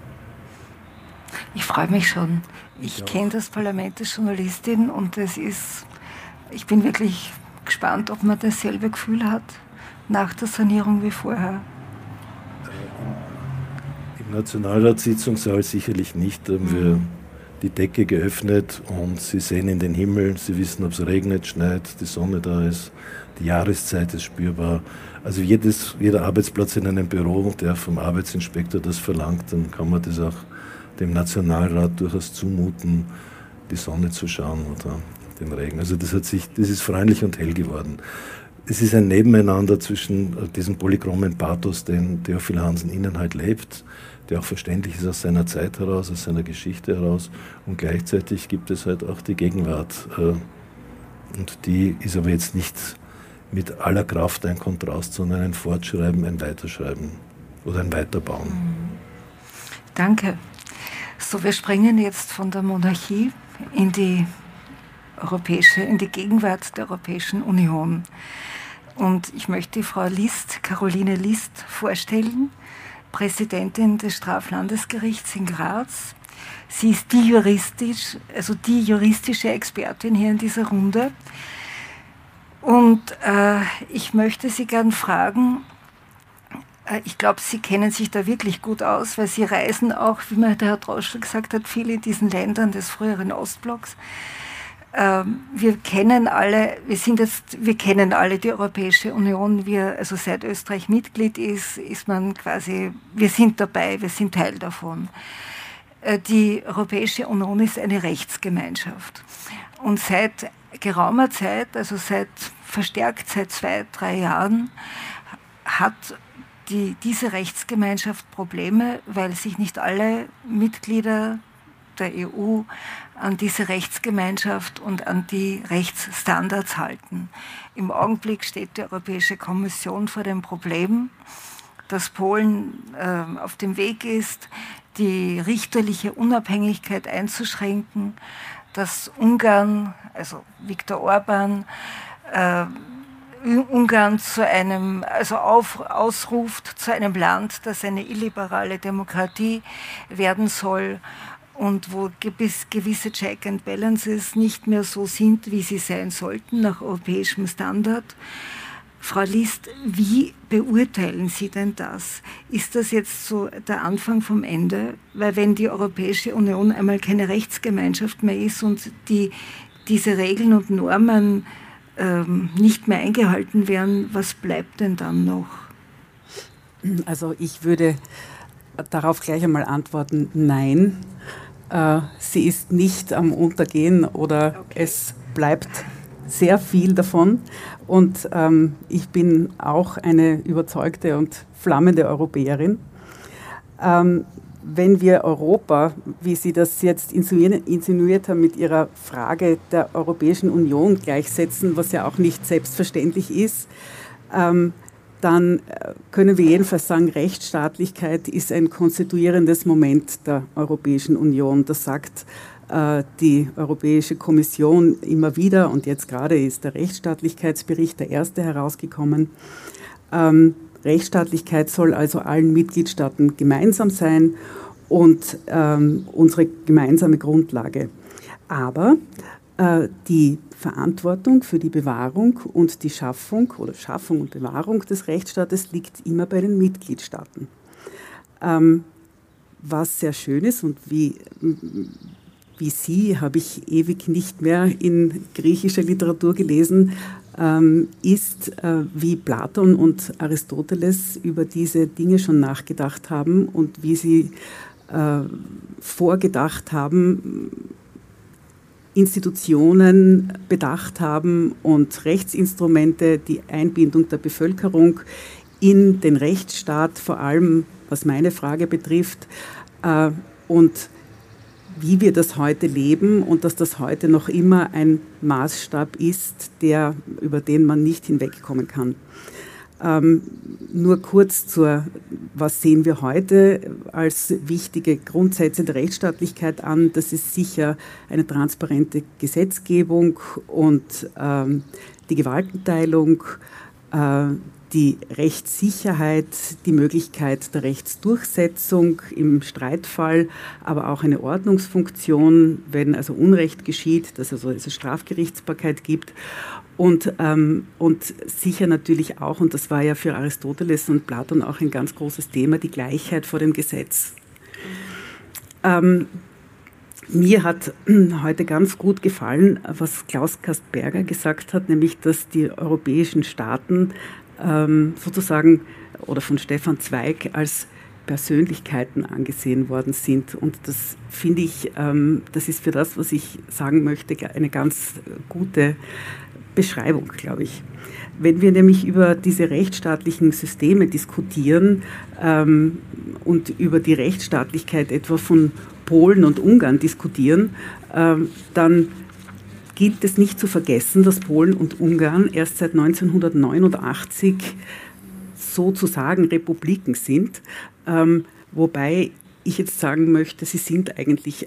Ich freue mich schon. Ich, ich kenne das Parlament als Journalistin und es ist, ich bin wirklich gespannt, ob man dasselbe Gefühl hat nach der Sanierung wie vorher. Im Nationalratssitzungssaal sicherlich nicht. Da haben mhm. wir die Decke geöffnet und Sie sehen in den Himmel, Sie wissen, ob es regnet, schneit, die Sonne da ist, die Jahreszeit ist spürbar. Also jedes, jeder Arbeitsplatz in einem Büro, der vom Arbeitsinspektor das verlangt, dann kann man das auch dem Nationalrat durchaus zumuten, die Sonne zu schauen oder den Regen. Also das hat sich, das ist freundlich und hell geworden. Es ist ein Nebeneinander zwischen diesem polychromen Pathos, den Theophil Hansen innen halt lebt, der auch verständlich ist aus seiner Zeit heraus, aus seiner Geschichte heraus, und gleichzeitig gibt es halt auch die Gegenwart. Und die ist aber jetzt nicht mit aller Kraft ein Kontrast, sondern ein Fortschreiben, ein Weiterschreiben oder ein Weiterbauen. Danke. So, wir springen jetzt von der Monarchie in die europäische, in die Gegenwart der Europäischen Union. Und ich möchte Frau List, Caroline List, vorstellen, Präsidentin des Straflandesgerichts in Graz. Sie ist die juristisch, also die juristische Expertin hier in dieser Runde. Und äh, ich möchte Sie gern fragen, äh, ich glaube, Sie kennen sich da wirklich gut aus, weil Sie reisen auch, wie mir der Herr Droschl gesagt hat, viel in diesen Ländern des früheren Ostblocks. Wir kennen alle, wir sind jetzt, wir kennen alle die Europäische Union. Wir, also seit Österreich Mitglied ist, ist man quasi, wir sind dabei, wir sind Teil davon. Die Europäische Union ist eine Rechtsgemeinschaft. Und seit geraumer Zeit, also seit verstärkt seit zwei, drei Jahren, hat die, diese Rechtsgemeinschaft Probleme, weil sich nicht alle Mitglieder der E U an diese Rechtsgemeinschaft und an die Rechtsstandards halten. Im Augenblick steht die Europäische Kommission vor dem Problem, dass Polen äh, auf dem Weg ist, die richterliche Unabhängigkeit einzuschränken, dass Ungarn, also Viktor Orban, äh, Ungarn zu einem, also auf, ausruft zu einem Land, das eine illiberale Demokratie werden soll, und wo gewisse Check and Balances nicht mehr so sind, wie sie sein sollten, nach europäischem Standard. Frau List, wie beurteilen Sie denn das? Ist das jetzt so der Anfang vom Ende? Weil wenn die Europäische Union einmal keine Rechtsgemeinschaft mehr ist und die, diese Regeln und Normen ähm, nicht mehr eingehalten werden, was bleibt denn dann noch? Also ich würde darauf gleich einmal antworten, nein. Sie ist nicht am Untergehen oder okay. Es bleibt sehr viel davon. Und ähm, ich bin auch eine überzeugte und flammende Europäerin. Ähm, wenn wir Europa, wie Sie das jetzt insinuiert haben, mit Ihrer Frage der Europäischen Union gleichsetzen, was ja auch nicht selbstverständlich ist, ähm, dann können wir jedenfalls sagen, Rechtsstaatlichkeit ist ein konstituierendes Moment der Europäischen Union. Das sagt äh, die Europäische Kommission immer wieder, und jetzt gerade ist der Rechtsstaatlichkeitsbericht, der erste, herausgekommen. Ähm, Rechtsstaatlichkeit soll also allen Mitgliedstaaten gemeinsam sein und ähm, unsere gemeinsame Grundlage. Aber äh, die Verantwortung für die Bewahrung und die Schaffung oder Schaffung und Bewahrung des Rechtsstaates liegt immer bei den Mitgliedstaaten. Ähm, was sehr schön ist, und wie, wie Sie habe ich ewig nicht mehr in griechischer Literatur gelesen, ähm, ist, äh, wie Platon und Aristoteles über diese Dinge schon nachgedacht haben und wie sie äh, vorgedacht haben, Institutionen bedacht haben und Rechtsinstrumente, die Einbindung der Bevölkerung in den Rechtsstaat, vor allem was meine Frage betrifft, äh, und wie wir das heute leben und dass das heute noch immer ein Maßstab ist, der, über den man nicht hinwegkommen kann. Ähm, nur kurz zur, was sehen wir heute als wichtige Grundsätze der Rechtsstaatlichkeit an? Das ist sicher eine transparente Gesetzgebung und ähm, die Gewaltenteilung, äh, die Rechtssicherheit, die Möglichkeit der Rechtsdurchsetzung im Streitfall, aber auch eine Ordnungsfunktion, wenn also Unrecht geschieht, dass also es Strafgerichtsbarkeit gibt. Und, ähm, und sicher natürlich auch, und das war ja für Aristoteles und Platon auch ein ganz großes Thema, die Gleichheit vor dem Gesetz. Ähm, mir hat heute ganz gut gefallen, was Klaus Kastberger gesagt hat, nämlich, dass die europäischen Staaten ähm, sozusagen, oder von Stefan Zweig, als Persönlichkeiten angesehen worden sind. Und das finde ich, ähm, das ist für das, was ich sagen möchte, eine ganz gute Beschreibung, glaube ich. Wenn wir nämlich über diese rechtsstaatlichen Systeme diskutieren ähm, und über die Rechtsstaatlichkeit etwa von Polen und Ungarn diskutieren, ähm, dann gilt es nicht zu vergessen, dass Polen und Ungarn erst seit neunzehnhundertneunundachtzig sozusagen Republiken sind, ähm, wobei ich jetzt sagen möchte, sie sind eigentlich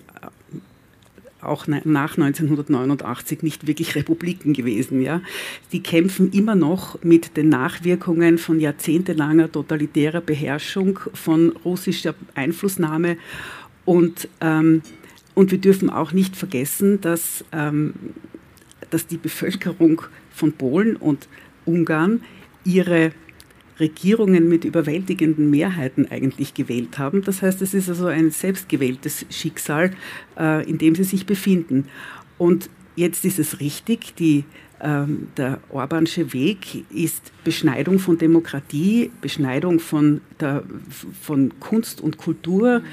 auch nach neunzehnhundertneunundachtzig nicht wirklich Republiken gewesen. Ja? Die kämpfen immer noch mit den Nachwirkungen von jahrzehntelanger totalitärer Beherrschung, von russischer Einflussnahme. Und, ähm, und wir dürfen auch nicht vergessen, dass, ähm, dass die Bevölkerung von Polen und Ungarn ihre Regierungen mit überwältigenden Mehrheiten eigentlich gewählt haben. Das heißt, es ist also ein selbstgewähltes Schicksal, äh, in dem sie sich befinden. Und jetzt ist es richtig, die, ähm, der Orbansche Weg ist Beschneidung von Demokratie, Beschneidung von, der, von Kunst und Kultur,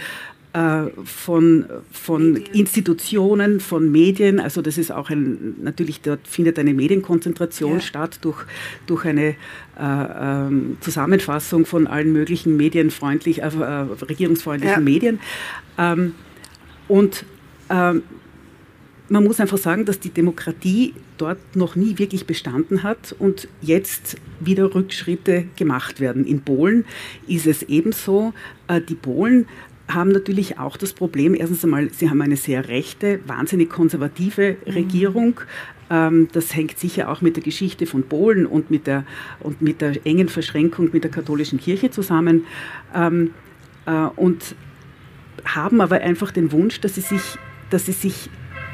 Von, von Institutionen, von Medien, also das ist auch ein, natürlich dort findet eine Medienkonzentration ja. statt durch, durch eine äh, äh, Zusammenfassung von allen möglichen medienfreundlich, äh, regierungsfreundlichen ja. Medien. Ähm, und ähm, man muss einfach sagen, dass die Demokratie dort noch nie wirklich bestanden hat und jetzt wieder Rückschritte gemacht werden. In Polen ist es ebenso. Äh, die Polen haben natürlich auch das Problem, erstens einmal, sie haben eine sehr rechte, wahnsinnig konservative Regierung. Ähm, das hängt sicher auch mit der Geschichte von Polen und mit der, und mit der engen Verschränkung mit der katholischen Kirche zusammen. Ähm, äh, und haben aber einfach den Wunsch, dass sie sich, dass sie sich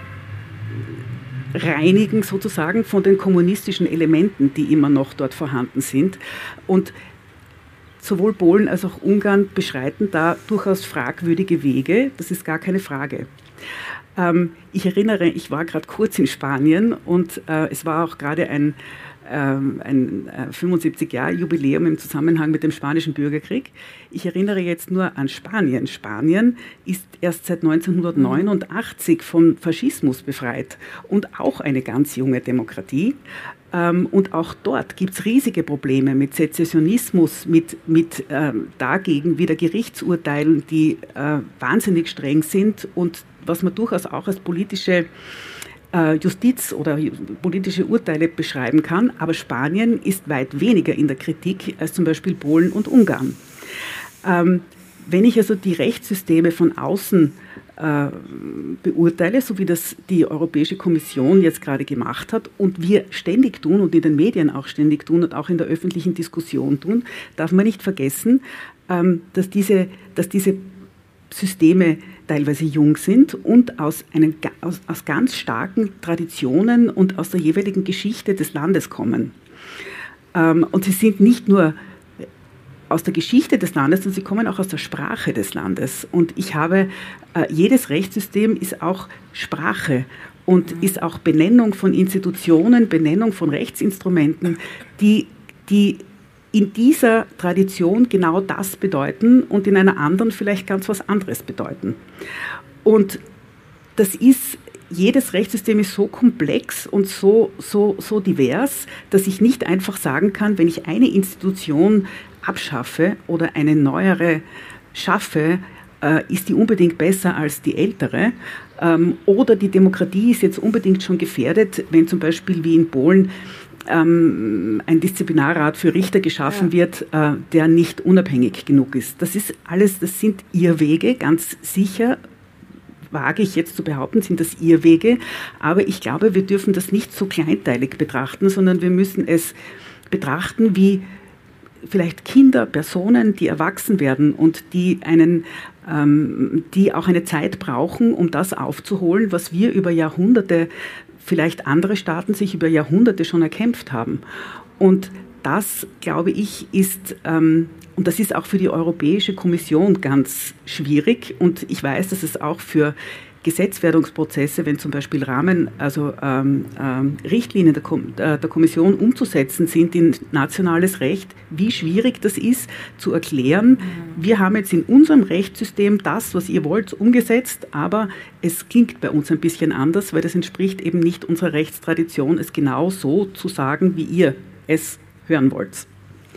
reinigen sozusagen von den kommunistischen Elementen, die immer noch dort vorhanden sind. Und sowohl Polen als auch Ungarn beschreiten da durchaus fragwürdige Wege, das ist gar keine Frage. Ähm, ich erinnere, ich war gerade kurz in Spanien und äh, es war auch gerade ein, ähm, ein äh, fünfundsiebzig-Jahr-Jubiläum im Zusammenhang mit dem Spanischen Bürgerkrieg. Ich erinnere jetzt nur an Spanien. Spanien ist erst seit neunzehnhundertneunundachtzig vom Faschismus befreit und auch eine ganz junge Demokratie. Und auch dort gibt es riesige Probleme mit Sezessionismus, mit, mit ähm, dagegen wieder Gerichtsurteilen, die äh, wahnsinnig streng sind und was man durchaus auch als politische Justiz oder politische Urteile beschreiben kann, aber Spanien ist weit weniger in der Kritik als zum Beispiel Polen und Ungarn. Ähm, wenn ich also die Rechtssysteme von außen äh, beurteile, so wie das die Europäische Kommission jetzt gerade gemacht hat und wir ständig tun und in den Medien auch ständig tun und auch in der öffentlichen Diskussion tun, darf man nicht vergessen, ähm, dass diese, dass diese Systeme teilweise jung sind und aus, einen, aus, aus ganz starken Traditionen und aus der jeweiligen Geschichte des Landes kommen. Ähm, und sie sind nicht nur aus der Geschichte des Landes, sondern sie kommen auch aus der Sprache des Landes. Und ich habe, äh, jedes Rechtssystem ist auch Sprache und mhm. ist auch Benennung von Institutionen, Benennung von Rechtsinstrumenten, die, die in dieser Tradition genau das bedeuten und in einer anderen vielleicht ganz was anderes bedeuten. Und das ist, jedes Rechtssystem ist so komplex und so, so, so divers, dass ich nicht einfach sagen kann, wenn ich eine Institution abschaffe oder eine neuere schaffe, äh, ist die unbedingt besser als die ältere. Ähm, oder die Demokratie ist jetzt unbedingt schon gefährdet, wenn zum Beispiel wie in Polen ähm, ein Disziplinarrat für Richter geschaffen ja. wird, äh, der nicht unabhängig genug ist. Das ist alles, das sind Irrwege, ganz sicher, wage ich jetzt zu behaupten, sind das Irrwege. Aber ich glaube, wir dürfen das nicht so kleinteilig betrachten, sondern wir müssen es betrachten wie vielleicht Kinder, Personen, die erwachsen werden und die einen, ähm, die auch eine Zeit brauchen, um das aufzuholen, was wir über Jahrhunderte, vielleicht andere Staaten sich über Jahrhunderte schon erkämpft haben. Und das, glaube ich, ist, ähm, und das ist auch für die Europäische Kommission ganz schwierig. Und ich weiß, dass es auch für Gesetzwerdungsprozesse, wenn zum Beispiel Rahmen, also ähm, ähm, Richtlinien der, Kom- äh, der Kommission umzusetzen sind in nationales Recht, wie schwierig das ist zu erklären. Mhm. Wir haben jetzt in unserem Rechtssystem das, was ihr wollt, umgesetzt, aber es klingt bei uns ein bisschen anders, weil das entspricht eben nicht unserer Rechtstradition, es genau so zu sagen, wie ihr es hören wollt.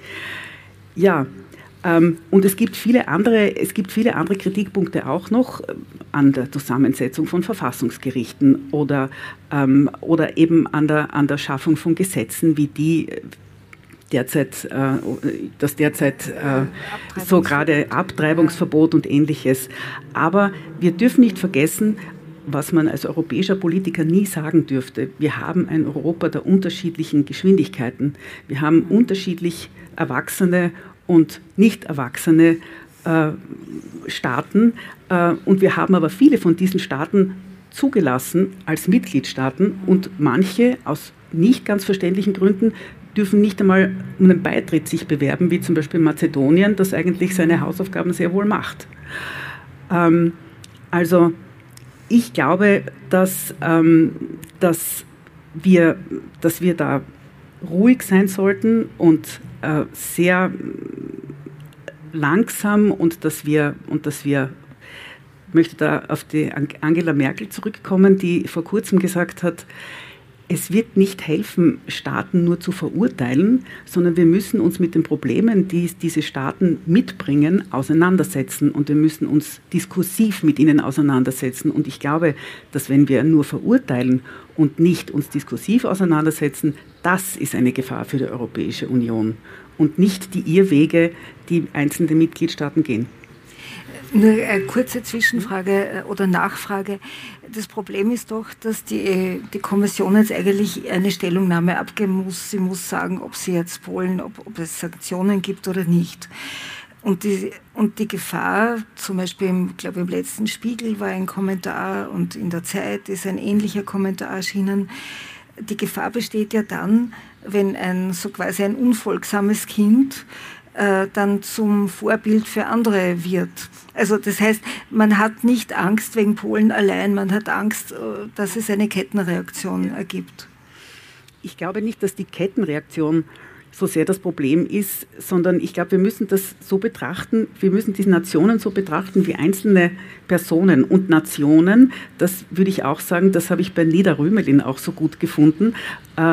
Ja, ähm, und es gibt viele andere, es gibt viele andere Kritikpunkte auch noch an der Zusammensetzung von Verfassungsgerichten oder, ähm, oder eben an der, an der Schaffung von Gesetzen, wie die derzeit, äh, das derzeit äh, so gerade Abtreibungsverbot und Ähnliches. Aber wir dürfen nicht vergessen, was man als europäischer Politiker nie sagen dürfte. Wir haben ein Europa der unterschiedlichen Geschwindigkeiten. Wir haben unterschiedlich erwachsene und nicht erwachsene äh, Staaten. Äh, und wir haben aber viele von diesen Staaten zugelassen als Mitgliedstaaten und manche aus nicht ganz verständlichen Gründen dürfen nicht einmal um einen Beitritt sich bewerben, wie zum Beispiel Mazedonien, das eigentlich seine Hausaufgaben sehr wohl macht. Ähm, also ich glaube, dass, ähm, dass, wir, dass wir da ruhig sein sollten und äh, sehr langsam und dass wir, und dass wir, ich möchte da auf die Angela Merkel zurückkommen, die vor kurzem gesagt hat, es wird nicht helfen, Staaten nur zu verurteilen, sondern wir müssen uns mit den Problemen, die diese Staaten mitbringen, auseinandersetzen und wir müssen uns diskursiv mit ihnen auseinandersetzen. Und ich glaube, dass wenn wir nur verurteilen und nicht uns diskursiv auseinandersetzen, das ist eine Gefahr für die Europäische Union und nicht die Irrwege, die einzelne Mitgliedstaaten gehen. Nur eine kurze Zwischenfrage oder Nachfrage. Das Problem ist doch, dass die, die Kommission jetzt eigentlich eine Stellungnahme abgeben muss. Sie muss sagen, ob sie jetzt wollen, ob, ob es Sanktionen gibt oder nicht. Und die, und die Gefahr, zum Beispiel, im, ich glaube im letzten Spiegel war ein Kommentar und in der Zeit ist ein ähnlicher Kommentar erschienen. Die Gefahr besteht ja dann, wenn ein so quasi ein unfolgsames Kind dann zum Vorbild für andere wird. Also das heißt, man hat nicht Angst wegen Polen allein, man hat Angst, dass es eine Kettenreaktion ergibt. Ich glaube nicht, dass die Kettenreaktion so sehr das Problem ist, sondern ich glaube, wir müssen das so betrachten, wir müssen diese Nationen so betrachten wie einzelne Personen und Nationen. Das würde ich auch sagen, das habe ich bei Nida Rümelin auch so gut gefunden.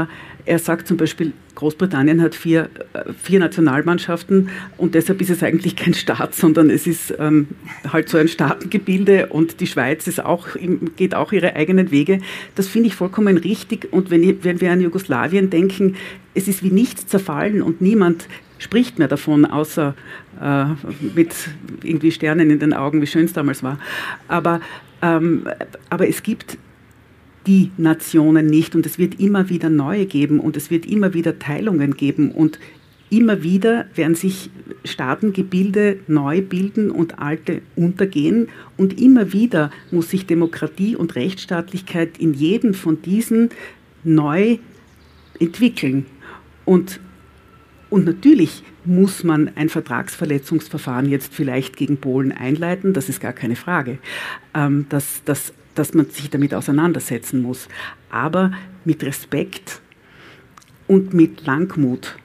er sagt zum Beispiel, Großbritannien hat vier, vier Nationalmannschaften und deshalb ist es eigentlich kein Staat, sondern es ist ähm, halt so ein Staatengebilde und die Schweiz ist auch, geht auch ihre eigenen Wege. Das finde ich vollkommen richtig und wenn, wenn wir an Jugoslawien denken, es ist wie nichts zerfallen und niemand spricht mehr davon, außer äh, mit irgendwie Sternen in den Augen, wie schön es damals war. Aber, ähm, aber es gibt die Nationen nicht und es wird immer wieder neue geben und es wird immer wieder Teilungen geben und immer wieder werden sich Staatengebilde neu bilden und alte untergehen und immer wieder muss sich Demokratie und Rechtsstaatlichkeit in jedem von diesen neu entwickeln. Und, und natürlich muss man ein Vertragsverletzungsverfahren jetzt vielleicht gegen Polen einleiten, das ist gar keine Frage. Ähm, das, das dass man sich damit auseinandersetzen muss, aber mit Respekt und mit Langmut.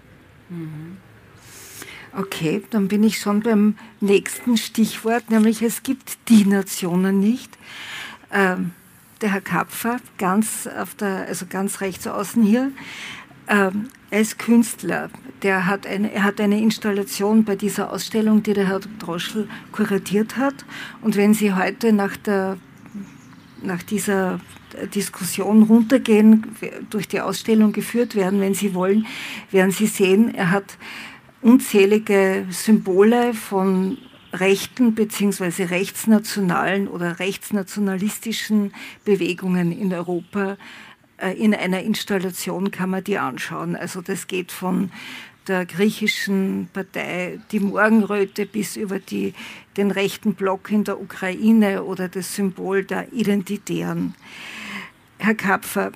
Okay, dann bin ich schon beim nächsten Stichwort, nämlich es gibt die Nationen nicht. Ähm, der Herr Kapfer, ganz, auf der, also ganz rechts außen hier, ähm, er ist Künstler. Der hat eine, er hat eine Installation bei dieser Ausstellung, die der Herr Droschl kuratiert hat. Und wenn Sie heute nach der nach dieser Diskussion runtergehen, durch die Ausstellung geführt werden, wenn Sie wollen, werden Sie sehen, er hat unzählige Symbole von rechten bzw. rechtsnationalen oder rechtsnationalistischen Bewegungen in Europa. In einer Installation kann man die anschauen. Also das geht von der griechischen Partei Die Morgenröte bis über die, den rechten Block in der Ukraine oder das Symbol der Identitären. Herr Kapfer,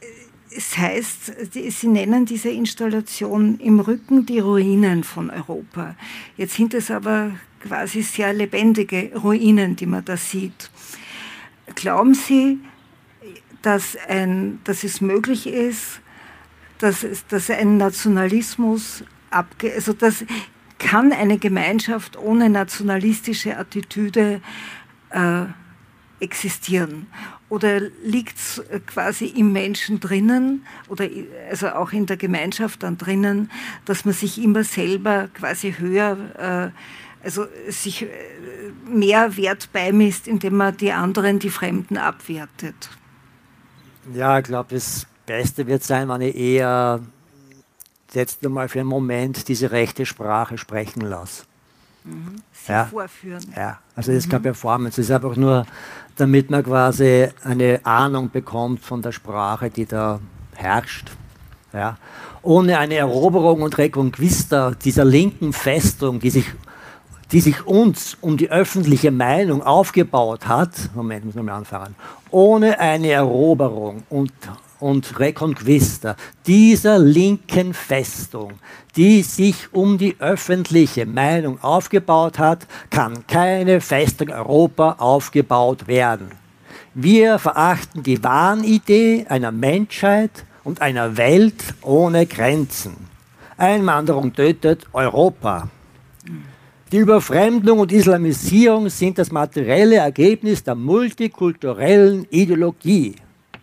es heißt, Sie nennen diese Installation im Rücken die Ruinen von Europa. Jetzt sind es aber quasi sehr lebendige Ruinen, die man da sieht. Glauben Sie, dass, ein, dass es möglich ist, dass, dass ein Nationalismus, abge also das kann eine Gemeinschaft ohne nationalistische Attitüde äh, existieren? Oder liegt es quasi im Menschen drinnen, oder also auch in der Gemeinschaft dann drinnen, dass man sich immer selber quasi höher, äh, also sich mehr Wert beimisst, indem man die anderen, die Fremden abwertet? Ja, ich glaube, das Beste wird sein, wenn ich eher jetzt einmal für einen Moment diese rechte Sprache sprechen lasse. Mhm. Sie ja. vorführen. Ja, also das ist keine Performance, das ist einfach nur, damit man quasi eine Ahnung bekommt von der Sprache, die da herrscht. Ja. Ohne eine Eroberung und Reconquista dieser linken Festung, die sich, die sich uns um die öffentliche Meinung aufgebaut hat, Moment, muss ich mal anfangen, ohne eine Eroberung und und Reconquista dieser linken Festung, die sich um die öffentliche Meinung aufgebaut hat, kann keine Festung Europa aufgebaut werden. Wir verachten die Wahnidee einer Menschheit und einer Welt ohne Grenzen. Einwanderung tötet Europa. Die Überfremdung und Islamisierung sind das materielle Ergebnis der multikulturellen Ideologie.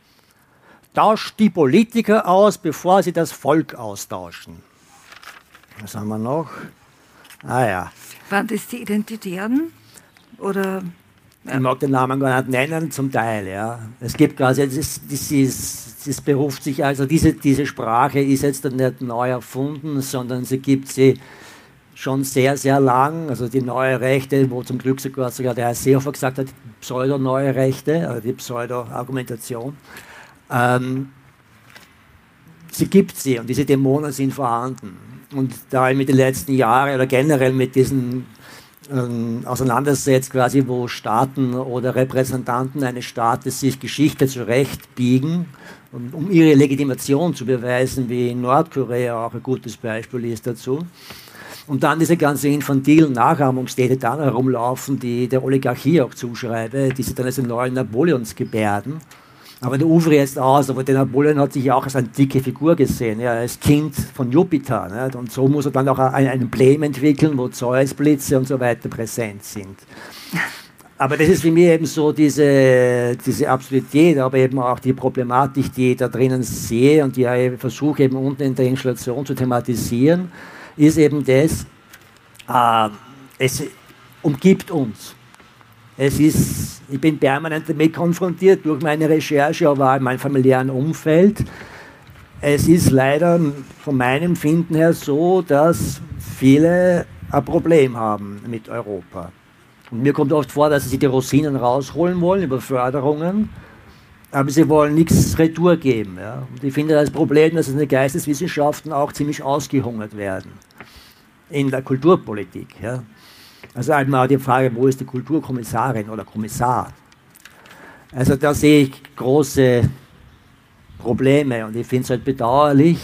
Tauscht die Politiker aus, bevor sie das Volk austauschen. Was haben wir noch? Ah ja. Waren das die Identitären? Oder? Ja. Ich mag den Namen gar nicht nennen, zum Teil. Ja. Es gibt quasi, das, das, ist, das beruft sich, also diese, diese Sprache ist jetzt nicht neu erfunden, sondern sie gibt sie schon sehr, sehr lang. Also die neue Rechte, wo zum Glück sogar, sogar der Herr Seehofer gesagt hat, pseudo-neue Rechte, also die Pseudo-Argumentation. Ähm, sie gibt sie und diese Dämonen sind vorhanden. Und da ich mit den letzten Jahren oder generell mit diesen ähm, auseinandersetzt, quasi wo Staaten oder Repräsentanten eines Staates sich Geschichte zurechtbiegen, um, um ihre Legitimation zu beweisen, wie in Nordkorea auch ein gutes Beispiel ist dazu. Und dann diese ganze infantilen Nachahmungsstädte dann herumlaufen, die der Oligarchie auch zuschreibe, die sie dann als den neuen Napoleons gebärden. Aber der Uwe jetzt aus, aber der Napoleon hat sich ja auch als eine dicke Figur gesehen, ja, als Kind von Jupiter. Nicht? Und so muss er dann auch ein, ein Emblem entwickeln, wo Zeusblitze und so weiter präsent sind. aber das ist für mich eben so diese, diese Absurdität, aber eben auch die Problematik, die ich da drinnen sehe und die ich versuche eben unten in der Installation zu thematisieren, ist eben das, äh, es umgibt uns. Es ist, ich bin permanent damit konfrontiert durch meine Recherche, aber auch in meinem familiären Umfeld. Es ist leider von meinem Empfinden her so, dass viele ein Problem haben mit Europa. Und mir kommt oft vor, dass sie sich die Rosinen rausholen wollen über Förderungen, aber sie wollen nichts retour geben. Ja. Und ich finde das Problem, dass in den Geisteswissenschaften auch ziemlich ausgehungert werden. In der Kulturpolitik. Ja. Also einmal die Frage, wo ist die Kulturkommissarin oder Kommissar? Also da sehe ich große Probleme und ich finde es halt bedauerlich,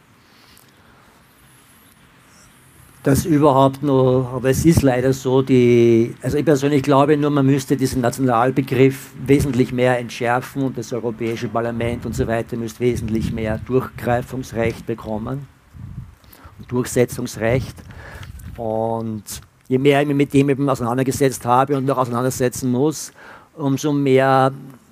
dass überhaupt noch, aber es ist leider so, die, also ich persönlich glaube nur, man müsste diesen Nationalbegriff wesentlich mehr entschärfen und das Europäische Parlament und so weiter müsste wesentlich mehr Durchgreifungsrecht bekommen und Durchsetzungsrecht. Und je mehr ich mich mit dem eben auseinandergesetzt habe und noch auseinandersetzen muss, umso mehr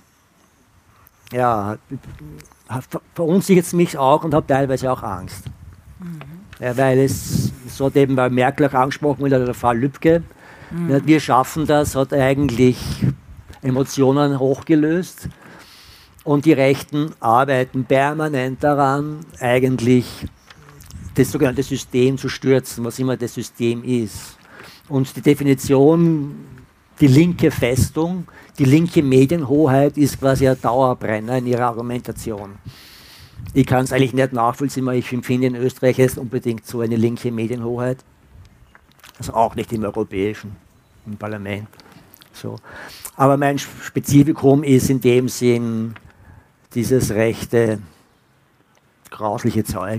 ja, verunsichert es mich auch und habe teilweise auch Angst. Mhm. Ja, weil es, so hat eben bei Merkel auch angesprochen wurde, der Fall Lübcke, mhm. ja, wir schaffen das, hat eigentlich Emotionen hochgelöst und die Rechten arbeiten permanent daran, eigentlich das sogenannte System zu stürzen, was immer das System ist. Und die Definition, die linke Festung, die linke Medienhoheit ist quasi ein Dauerbrenner in ihrer Argumentation. Ich kann es eigentlich nicht nachvollziehen, weil ich empfinde, in Österreich ist unbedingt so eine linke Medienhoheit. Also auch nicht im europäischen, im Parlament. So. Aber mein Spezifikum ist in dem Sinn dieses rechte, grausliche Zeug.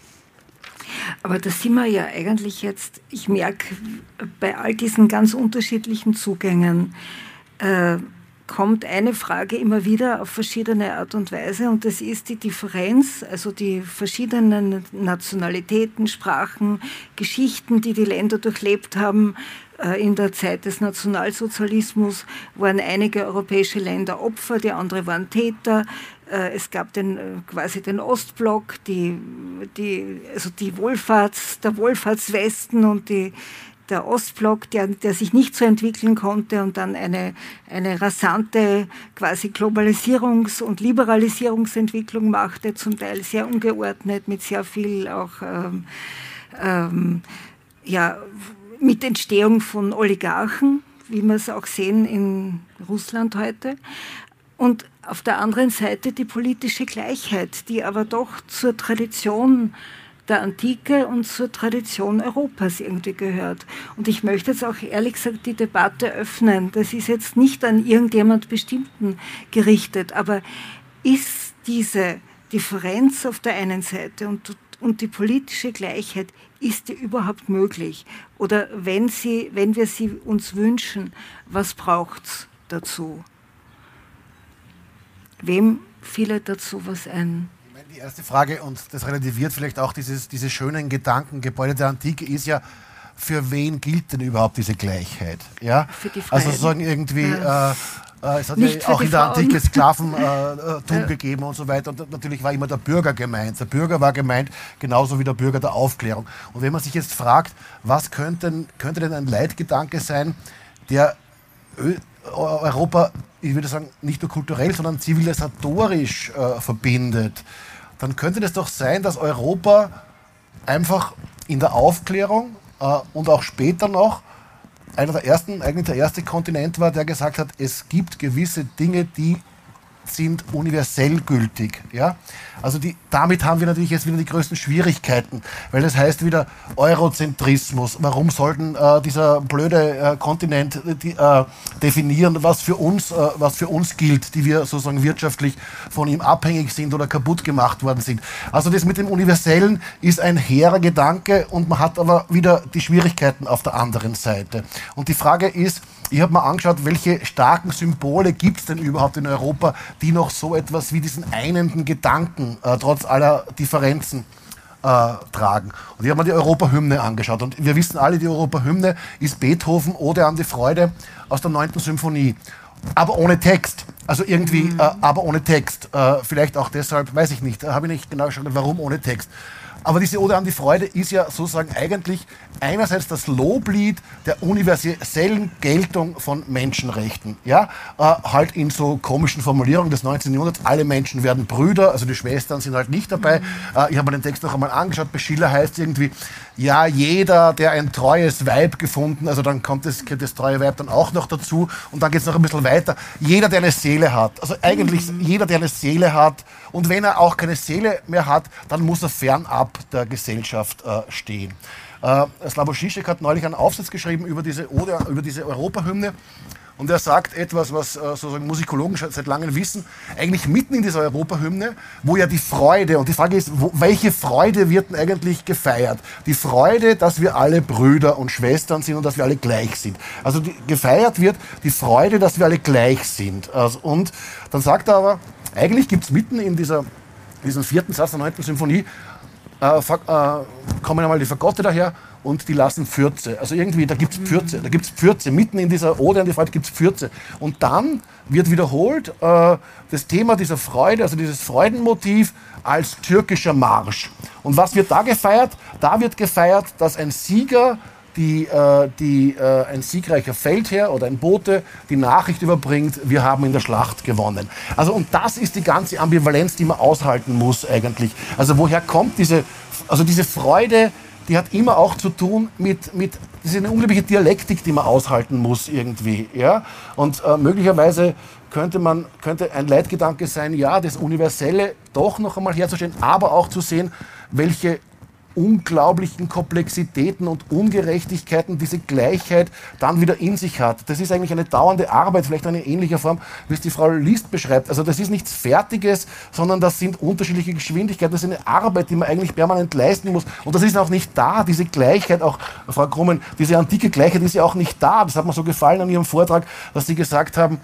Aber da sind wir ja eigentlich jetzt, ich merke, bei all diesen ganz unterschiedlichen Zugängen äh, kommt eine Frage immer wieder auf verschiedene Art und Weise und das ist die Differenz, also die verschiedenen Nationalitäten, Sprachen, Geschichten, die die Länder durchlebt haben. In der Zeit des Nationalsozialismus waren einige europäische Länder Opfer, die andere waren Täter. Es gab den, quasi den Ostblock, die, die, also die Wohlfahrts, der Wohlfahrtswesten und die, der Ostblock, der, der sich nicht so entwickeln konnte und dann eine, eine rasante quasi Globalisierungs- und Liberalisierungsentwicklung machte, zum Teil sehr ungeordnet, mit sehr viel auch ähm, ähm, ja, mit Entstehung von Oligarchen, wie wir es auch sehen in Russland heute. Und auf der anderen Seite die politische Gleichheit, die aber doch zur Tradition der Antike und zur Tradition Europas irgendwie gehört. Und ich möchte jetzt auch ehrlich gesagt die Debatte öffnen. Das ist jetzt nicht an irgendjemand Bestimmten gerichtet, aber ist diese Differenz auf der einen Seite und, und die politische Gleichheit, ist die überhaupt möglich? Oder wenn, sie, wenn wir sie uns wünschen, was braucht es dazu? Wem fiel dazu was ein? Die erste Frage, und das relativiert vielleicht auch dieses, diese schönen Gedanken, Gebäude der Antike, ist ja, für wen gilt denn überhaupt diese Gleichheit? Ja? Für die Freien. Also sagen irgendwie, ja. äh, äh, es hat Nicht ja auch in der Frauen. Antike Sklaventum äh, ja. gegeben und so weiter. Und natürlich war immer der Bürger gemeint. Der Bürger war gemeint, genauso wie der Bürger der Aufklärung. Und wenn man sich jetzt fragt, was könnte, könnte denn ein Leitgedanke sein, der Ö Europa, ich würde sagen, nicht nur kulturell, sondern zivilisatorisch äh, verbindet, dann könnte es doch sein, dass Europa einfach in der Aufklärung äh, und auch später noch einer der ersten, eigentlich der erste Kontinent war, der gesagt hat, es gibt gewisse Dinge, die sind universell gültig. Ja? Also die, damit haben wir natürlich jetzt wieder die größten Schwierigkeiten, weil das heißt wieder Eurozentrismus. Warum sollten äh, dieser blöde äh, Kontinent die, äh, definieren, was für uns, äh, was für uns gilt, die wir sozusagen wirtschaftlich von ihm abhängig sind oder kaputt gemacht worden sind. Also das mit dem Universellen ist ein hehrer Gedanke und man hat aber wieder die Schwierigkeiten auf der anderen Seite. Und die Frage ist, ich habe mir angeschaut, welche starken Symbole gibt es denn überhaupt in Europa, die noch so etwas wie diesen einenden Gedanken, äh, trotz aller Differenzen, äh, äh, tragen. Und ich habe mir die Europahymne angeschaut. Und wir wissen alle, die Europahymne ist Beethoven Ode an die Freude aus der neunten Symphonie. Aber ohne Text. Also irgendwie, mhm. äh, aber ohne Text. Äh, vielleicht auch deshalb, weiß ich nicht, habe ich nicht genau geschaut, warum ohne Text. Aber diese Ode an die Freude ist ja sozusagen eigentlich einerseits das Loblied der universellen Geltung von Menschenrechten. Ja? Äh, halt in so komischen Formulierungen des neunzehnten Jahrhunderts, alle Menschen werden Brüder, also die Schwestern sind halt nicht dabei. Mhm. Äh, ich habe mir den Text noch einmal angeschaut, bei Schiller heißt es irgendwie, ja, jeder, der ein treues Weib gefunden, also dann kommt das, das treue Weib dann auch noch dazu und dann geht es noch ein bisschen weiter. Jeder, der eine Seele hat, also eigentlich mhm. jeder, der eine Seele hat, und wenn er auch keine Seele mehr hat, dann muss er fernab der Gesellschaft äh, stehen. Äh, Slavoj Žižek hat neulich einen Aufsatz geschrieben über diese Ode, über diese Europahymne. Und er sagt etwas, was äh, sozusagen Musikologen schon seit langem wissen, eigentlich mitten in dieser Europahymne, wo ja die Freude, und die Frage ist, wo, welche Freude wird denn eigentlich gefeiert? Die Freude, dass wir alle Brüder und Schwestern sind und dass wir alle gleich sind. Also die, gefeiert wird die Freude, dass wir alle gleich sind. Also, und dann sagt er aber, eigentlich gibt es mitten in dieser, diesem vierten Satz der neunten Symphonie, äh, äh, kommen einmal die Fagotte daher, und die lassen Pfürze. Also irgendwie, da gibt es Pfürze. Da gibt es Pfürze. Mitten in dieser Ode an die Freude gibt es Pfürze. Und dann wird wiederholt äh, das Thema dieser Freude, also dieses Freudenmotiv als türkischer Marsch. Und was wird da gefeiert? Da wird gefeiert, dass ein Sieger, die, äh, die, äh, ein siegreicher Feldherr oder ein Bote die Nachricht überbringt, wir haben in der Schlacht gewonnen. Also und das ist die ganze Ambivalenz, die man aushalten muss eigentlich. Also woher kommt diese, also diese Freude, die hat immer auch zu tun mit, mit das ist eine unglaubliche Dialektik, die man aushalten muss irgendwie. Ja? Und äh, möglicherweise könnte, man, könnte ein Leitgedanke sein, ja, das Universelle doch noch einmal herzustellen, aber auch zu sehen, welche unglaublichen Komplexitäten und Ungerechtigkeiten diese Gleichheit dann wieder in sich hat. Das ist eigentlich eine dauernde Arbeit, vielleicht eine ähnliche Form, wie es die Frau List beschreibt. Also das ist nichts Fertiges, sondern das sind unterschiedliche Geschwindigkeiten. Das ist eine Arbeit, die man eigentlich permanent leisten muss. Und das ist auch nicht da, diese Gleichheit, auch Frau Grummen, diese antike Gleichheit ist ja auch nicht da. Das hat mir so gefallen an Ihrem Vortrag, dass Sie gesagt haben,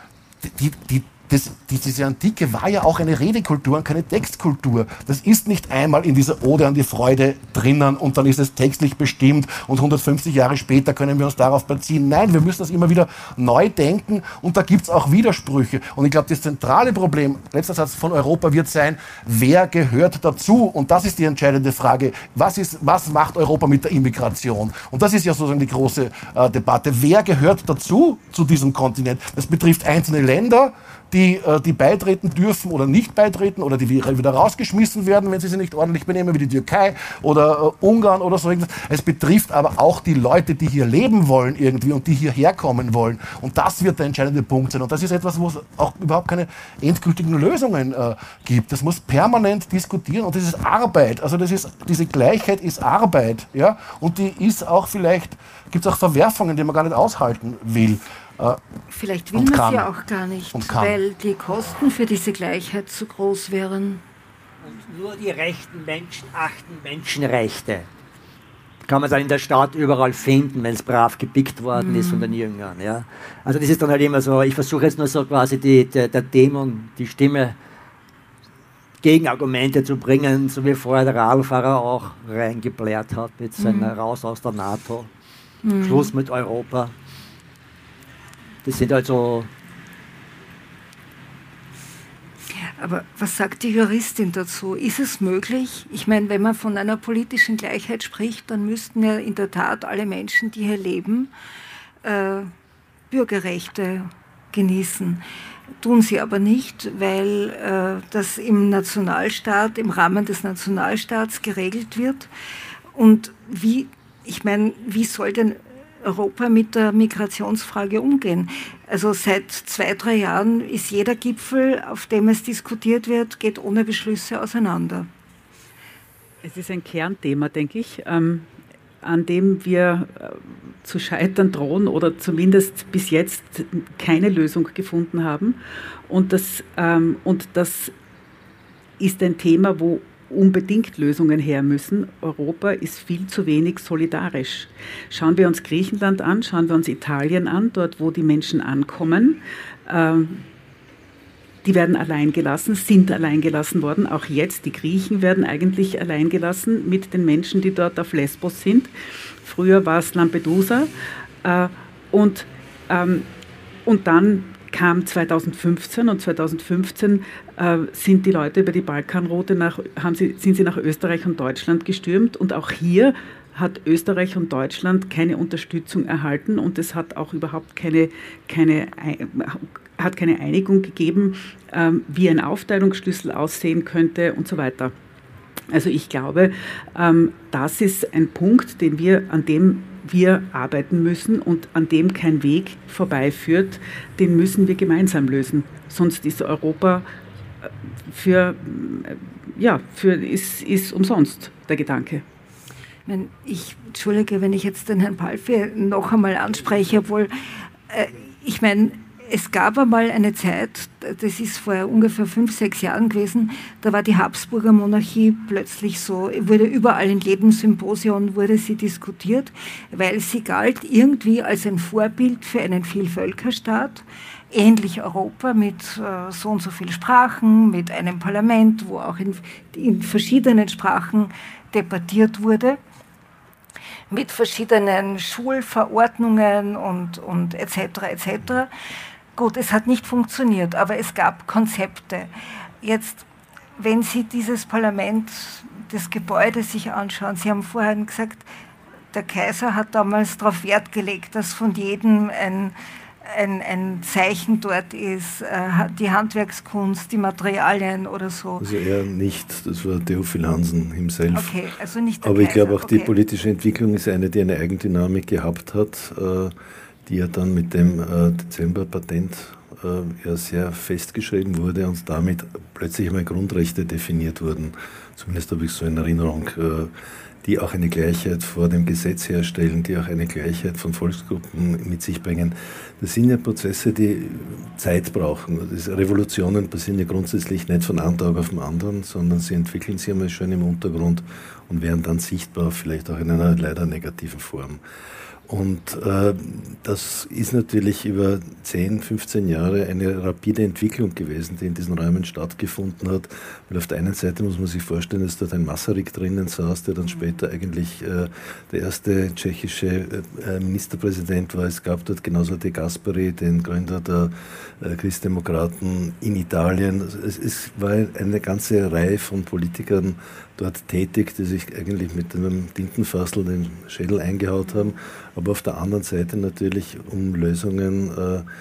die, die Das, diese Antike war ja auch eine Redekultur und keine Textkultur. Das ist nicht einmal in dieser Ode an die Freude drinnen und dann ist es textlich bestimmt und hundertfünfzig Jahre später können wir uns darauf beziehen. Nein, wir müssen das immer wieder neu denken und da gibt es auch Widersprüche. Und ich glaube, das zentrale Problem, letzter Satz von Europa, wird sein, wer gehört dazu? Und das ist die entscheidende Frage. Was, ist, was macht Europa mit der Immigration? Und das ist ja sozusagen die große äh, Debatte. Wer gehört dazu, zu diesem Kontinent? Das betrifft einzelne Länder, die, die beitreten dürfen oder nicht beitreten oder die wieder rausgeschmissen werden, wenn sie sich nicht ordentlich benehmen, wie die Türkei oder äh, Ungarn oder so irgendwas. Es betrifft aber auch die Leute, die hier leben wollen irgendwie und die hierher kommen wollen. Und das wird der entscheidende Punkt sein. Und das ist etwas, wo es auch überhaupt keine endgültigen Lösungen äh, gibt. Das muss permanent diskutieren und das ist Arbeit. Also das ist, diese Gleichheit ist Arbeit. Ja? Und die ist auch vielleicht, gibt es auch Verwerfungen, die man gar nicht aushalten will. Vielleicht will man es ja auch gar nicht, weil die Kosten für diese Gleichheit zu groß wären. Und nur die rechten Menschen achten Menschenrechte. Kann man dann in der Stadt überall finden, wenn es brav gepickt worden mhm. ist von den Jüngern. Ja? Also das ist dann halt immer so, ich versuche jetzt nur so quasi die, der, der Dämon, die Stimme Gegenargumente zu bringen, so wie vorher der Radlfahrer auch reingeblärt hat mit seinem mhm. Raus aus der NATO, mhm. Schluss mit Europa. Das sind also. Aber was sagt die Juristin dazu? Ist es möglich? Ich meine, wenn man von einer politischen Gleichheit spricht, dann müssten ja in der Tat alle Menschen, die hier leben, äh, Bürgerrechte genießen. Tun sie aber nicht, weil äh, das im Nationalstaat, im Rahmen des Nationalstaats geregelt wird. Und wie, ich meine, wie soll denn Europa mit der Migrationsfrage umgehen? Also seit zwei, drei Jahren ist jeder Gipfel, auf dem es diskutiert wird, geht ohne Beschlüsse auseinander. Es ist ein Kernthema, denke ich, ähm, an dem wir äh, zu scheitern drohen oder zumindest bis jetzt keine Lösung gefunden haben. Und das, ähm, und das ist ein Thema, wo unbedingt Lösungen her müssen. Europa ist viel zu wenig solidarisch. Schauen wir uns Griechenland an, schauen wir uns Italien an, dort wo die Menschen ankommen. Ähm, die werden allein gelassen, sind allein gelassen worden. Auch jetzt, die Griechen werden eigentlich allein gelassen mit den Menschen, die dort auf Lesbos sind. Früher war es Lampedusa. Äh, und, ähm, und dann kam zweitausendfünfzehn und zweitausendfünfzehn äh, sind die Leute über die Balkanroute nach, haben sie, sind sie nach Österreich und Deutschland gestürmt. Und auch hier hat Österreich und Deutschland keine Unterstützung erhalten und es hat auch überhaupt keine, keine, hat keine Einigung gegeben, ähm, wie ein Aufteilungsschlüssel aussehen könnte und so weiter. Also ich glaube, ähm, das ist ein Punkt, den wir, an dem wir arbeiten müssen und an dem kein Weg vorbeiführt, den müssen wir gemeinsam lösen. Sonst ist Europa für, ja, für, ist, ist umsonst der Gedanke. Ich entschuldige, wenn ich jetzt den Herrn Palfi noch einmal anspreche, obwohl äh, ich meine, es gab einmal eine Zeit, das ist vor ungefähr fünf, sechs Jahren gewesen, da war die Habsburger Monarchie plötzlich so, wurde überall in jedem Symposion wurde sie diskutiert, weil sie galt irgendwie als ein Vorbild für einen Vielvölkerstaat, ähnlich Europa mit äh, so und so vielen Sprachen, mit einem Parlament, wo auch in, in verschiedenen Sprachen debattiert wurde, mit verschiedenen Schulverordnungen und, und et cetera et cetera. Gut, es hat nicht funktioniert, aber es gab Konzepte. Jetzt, wenn Sie dieses Parlament, das Gebäude sich anschauen, Sie haben vorhin gesagt, der Kaiser hat damals darauf Wert gelegt, dass von jedem ein, ein, ein Zeichen dort ist, äh, die Handwerkskunst, die Materialien oder so. Also er nicht, das war Theophil Hansen himself. Okay, also nicht der Aber ich Kaiser. glaube auch okay. Die politische Entwicklung ist eine, die eine Eigendynamik gehabt hat, äh, die ja dann mit dem äh, Dezember-Patent äh, ja sehr festgeschrieben wurde und damit plötzlich einmal Grundrechte definiert wurden. Zumindest habe ich so in Erinnerung, äh, die auch eine Gleichheit vor dem Gesetz herstellen, die auch eine Gleichheit von Volksgruppen mit sich bringen. Das sind ja Prozesse, die Zeit brauchen. Das Revolutionen passieren ja grundsätzlich nicht von einem Tag auf den anderen, sondern sie entwickeln sich einmal schon im Untergrund und werden dann sichtbar, vielleicht auch in einer leider negativen Form. Und äh, das ist natürlich über zehn, fünfzehn Jahre eine rapide Entwicklung gewesen, die in diesen Räumen stattgefunden hat. Weil auf der einen Seite muss man sich vorstellen, dass dort ein Masaryk drinnen saß, der dann später eigentlich äh, der erste tschechische äh, Ministerpräsident war. Es gab dort genauso De Gasperi, den Gründer der äh, Christdemokraten in Italien. Es, es war eine ganze Reihe von Politikern dort tätig, die sich eigentlich mit einem Tintenfassel den Schädel eingehaut haben, aber auf der anderen Seite natürlich um Lösungen äh, äh,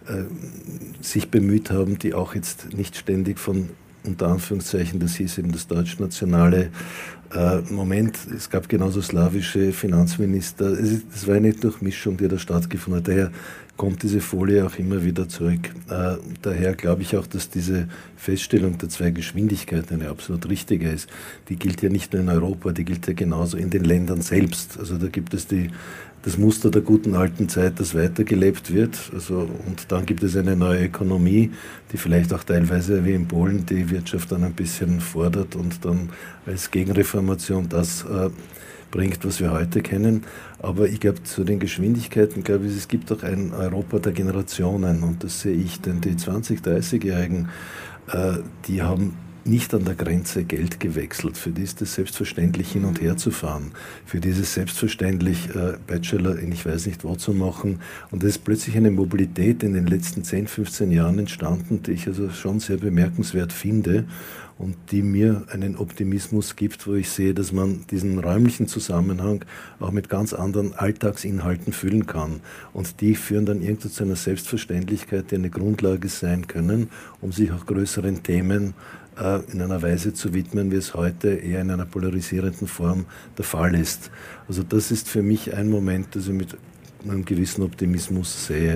sich bemüht haben, die auch jetzt nicht ständig von, unter Anführungszeichen, das hieß eben das deutsch-nationale äh, Moment, es gab genauso slawische Finanzminister, es, es war eine Durchmischung, die da stattgefunden hat, daher kommt diese Folie auch immer wieder zurück. Äh, daher glaube ich auch, dass diese Feststellung der zwei Geschwindigkeiten eine absolut richtige ist. Die gilt ja nicht nur in Europa, die gilt ja genauso in den Ländern selbst. Also da gibt es die, das Muster der guten alten Zeit, das weitergelebt wird. Also, und dann gibt es eine neue Ökonomie, die vielleicht auch teilweise wie in Polen die Wirtschaft dann ein bisschen fordert und dann als Gegenreformation das äh, bringt, was wir heute kennen. Aber ich glaube, zu den Geschwindigkeiten, glaube ich, es gibt auch ein Europa der Generationen und das sehe ich, denn die zwanzig-, dreißigjährigen, äh, die haben nicht an der Grenze Geld gewechselt. Für die ist es selbstverständlich, hin und her zu fahren. Für die ist es selbstverständlich, äh, Bachelor in ich weiß nicht wo zu machen. Und es ist plötzlich eine Mobilität in den letzten zehn, fünfzehn Jahren entstanden, die ich also schon sehr bemerkenswert finde und die mir einen Optimismus gibt, wo ich sehe, dass man diesen räumlichen Zusammenhang auch mit ganz anderen Alltagsinhalten füllen kann. Und die führen dann irgendwo zu einer Selbstverständlichkeit, die eine Grundlage sein können, um sich auch größeren Themen in einer Weise zu widmen, wie es heute eher in einer polarisierenden Form der Fall ist. Also das ist für mich ein Moment, das ich mit einem gewissen Optimismus sehe.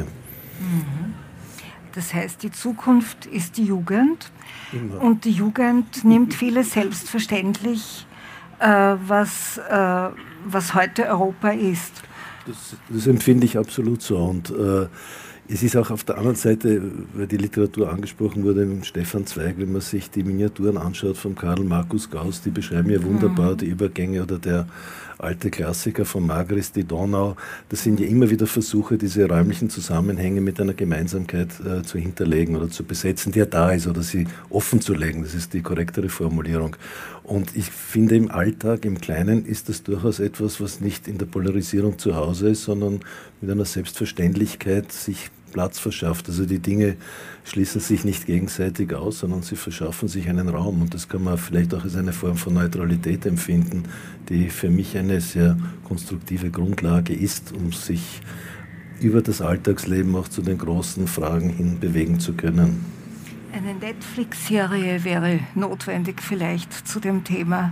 Das heißt, die Zukunft ist die Jugend Immer. Und die Jugend nimmt vieles selbstverständlich, äh, was, äh, was heute Europa ist. Das, das empfinde ich absolut so und äh, Es ist auch auf der anderen Seite, weil die Literatur angesprochen wurde, mit Stefan Zweig, wenn man sich die Miniaturen anschaut von Karl Markus Gauss, die beschreiben ja wunderbar mhm. die Übergänge, oder der alte Klassiker von Magris, die Donau. Das sind ja immer wieder Versuche, diese räumlichen Zusammenhänge mit einer Gemeinsamkeit äh, zu hinterlegen oder zu besetzen, die ja da ist, oder sie offen zu legen. Das ist die korrektere Formulierung. Und ich finde, im Alltag, im Kleinen, ist das durchaus etwas, was nicht in der Polarisierung zu Hause ist, sondern mit einer Selbstverständlichkeit sich Platz verschafft. Also die Dinge schließen sich nicht gegenseitig aus, sondern sie verschaffen sich einen Raum. Und das kann man vielleicht auch als eine Form von Neutralität empfinden, die für mich eine sehr konstruktive Grundlage ist, um sich über das Alltagsleben auch zu den großen Fragen hin bewegen zu können. Eine Netflix-Serie wäre notwendig vielleicht zu dem Thema.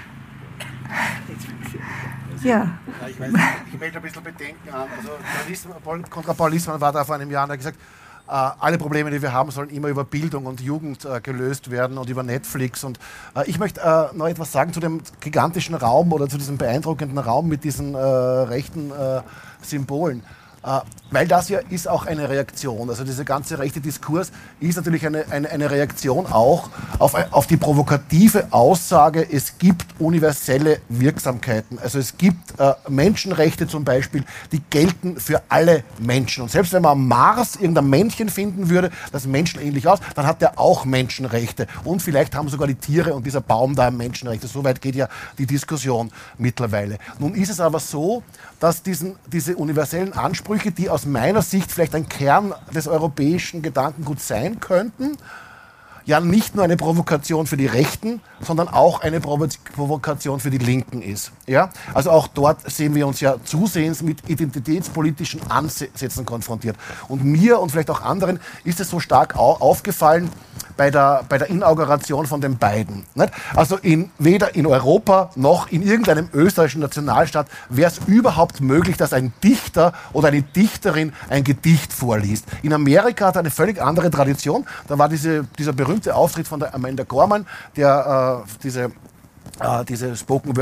Ja. Ja, ich, weiß, ich melde ein bisschen Bedenken an. Also, Kontra Paul Liessmann war da vor einem Jahr und hat gesagt, äh, alle Probleme, die wir haben, sollen immer über Bildung und Jugend äh, gelöst werden und über Netflix. Und äh, ich möchte äh, noch etwas sagen zu dem gigantischen Raum oder zu diesem beeindruckenden Raum mit diesen äh, rechten äh, Symbolen. Äh, weil das ja ist auch eine Reaktion. Also dieser ganze rechte Diskurs ist natürlich eine, eine, eine Reaktion auch auf, auf die provokative Aussage, es gibt universelle Wirksamkeiten. Also es gibt äh, Menschenrechte zum Beispiel, die gelten für alle Menschen. Und selbst wenn man am Mars irgendein Männchen finden würde, das menschenähnlich aus, dann hat der auch Menschenrechte. Und vielleicht haben sogar die Tiere und dieser Baum da Menschenrechte. Soweit geht ja die Diskussion mittlerweile. Nun ist es aber so, dass diesen, diese universellen Ansprüche, die aus meiner Sicht vielleicht ein Kern des europäischen Gedankenguts sein könnten, ja nicht nur eine Provokation für die Rechten, sondern auch eine Provo- Provokation für die Linken ist. Ja? Also auch dort sehen wir uns ja zusehends mit identitätspolitischen Ansätzen konfrontiert. Und mir und vielleicht auch anderen ist es so stark au- aufgefallen bei der, bei der Inauguration von den beiden. Nicht? Also in, weder in Europa noch in irgendeinem österreichischen Nationalstaat wäre es überhaupt möglich, dass ein Dichter oder eine Dichterin ein Gedicht vorliest. In Amerika hat er eine völlig andere Tradition. Da war diese, dieser berühmte Auftritt von der Amanda Gorman, der äh, diese, äh, diese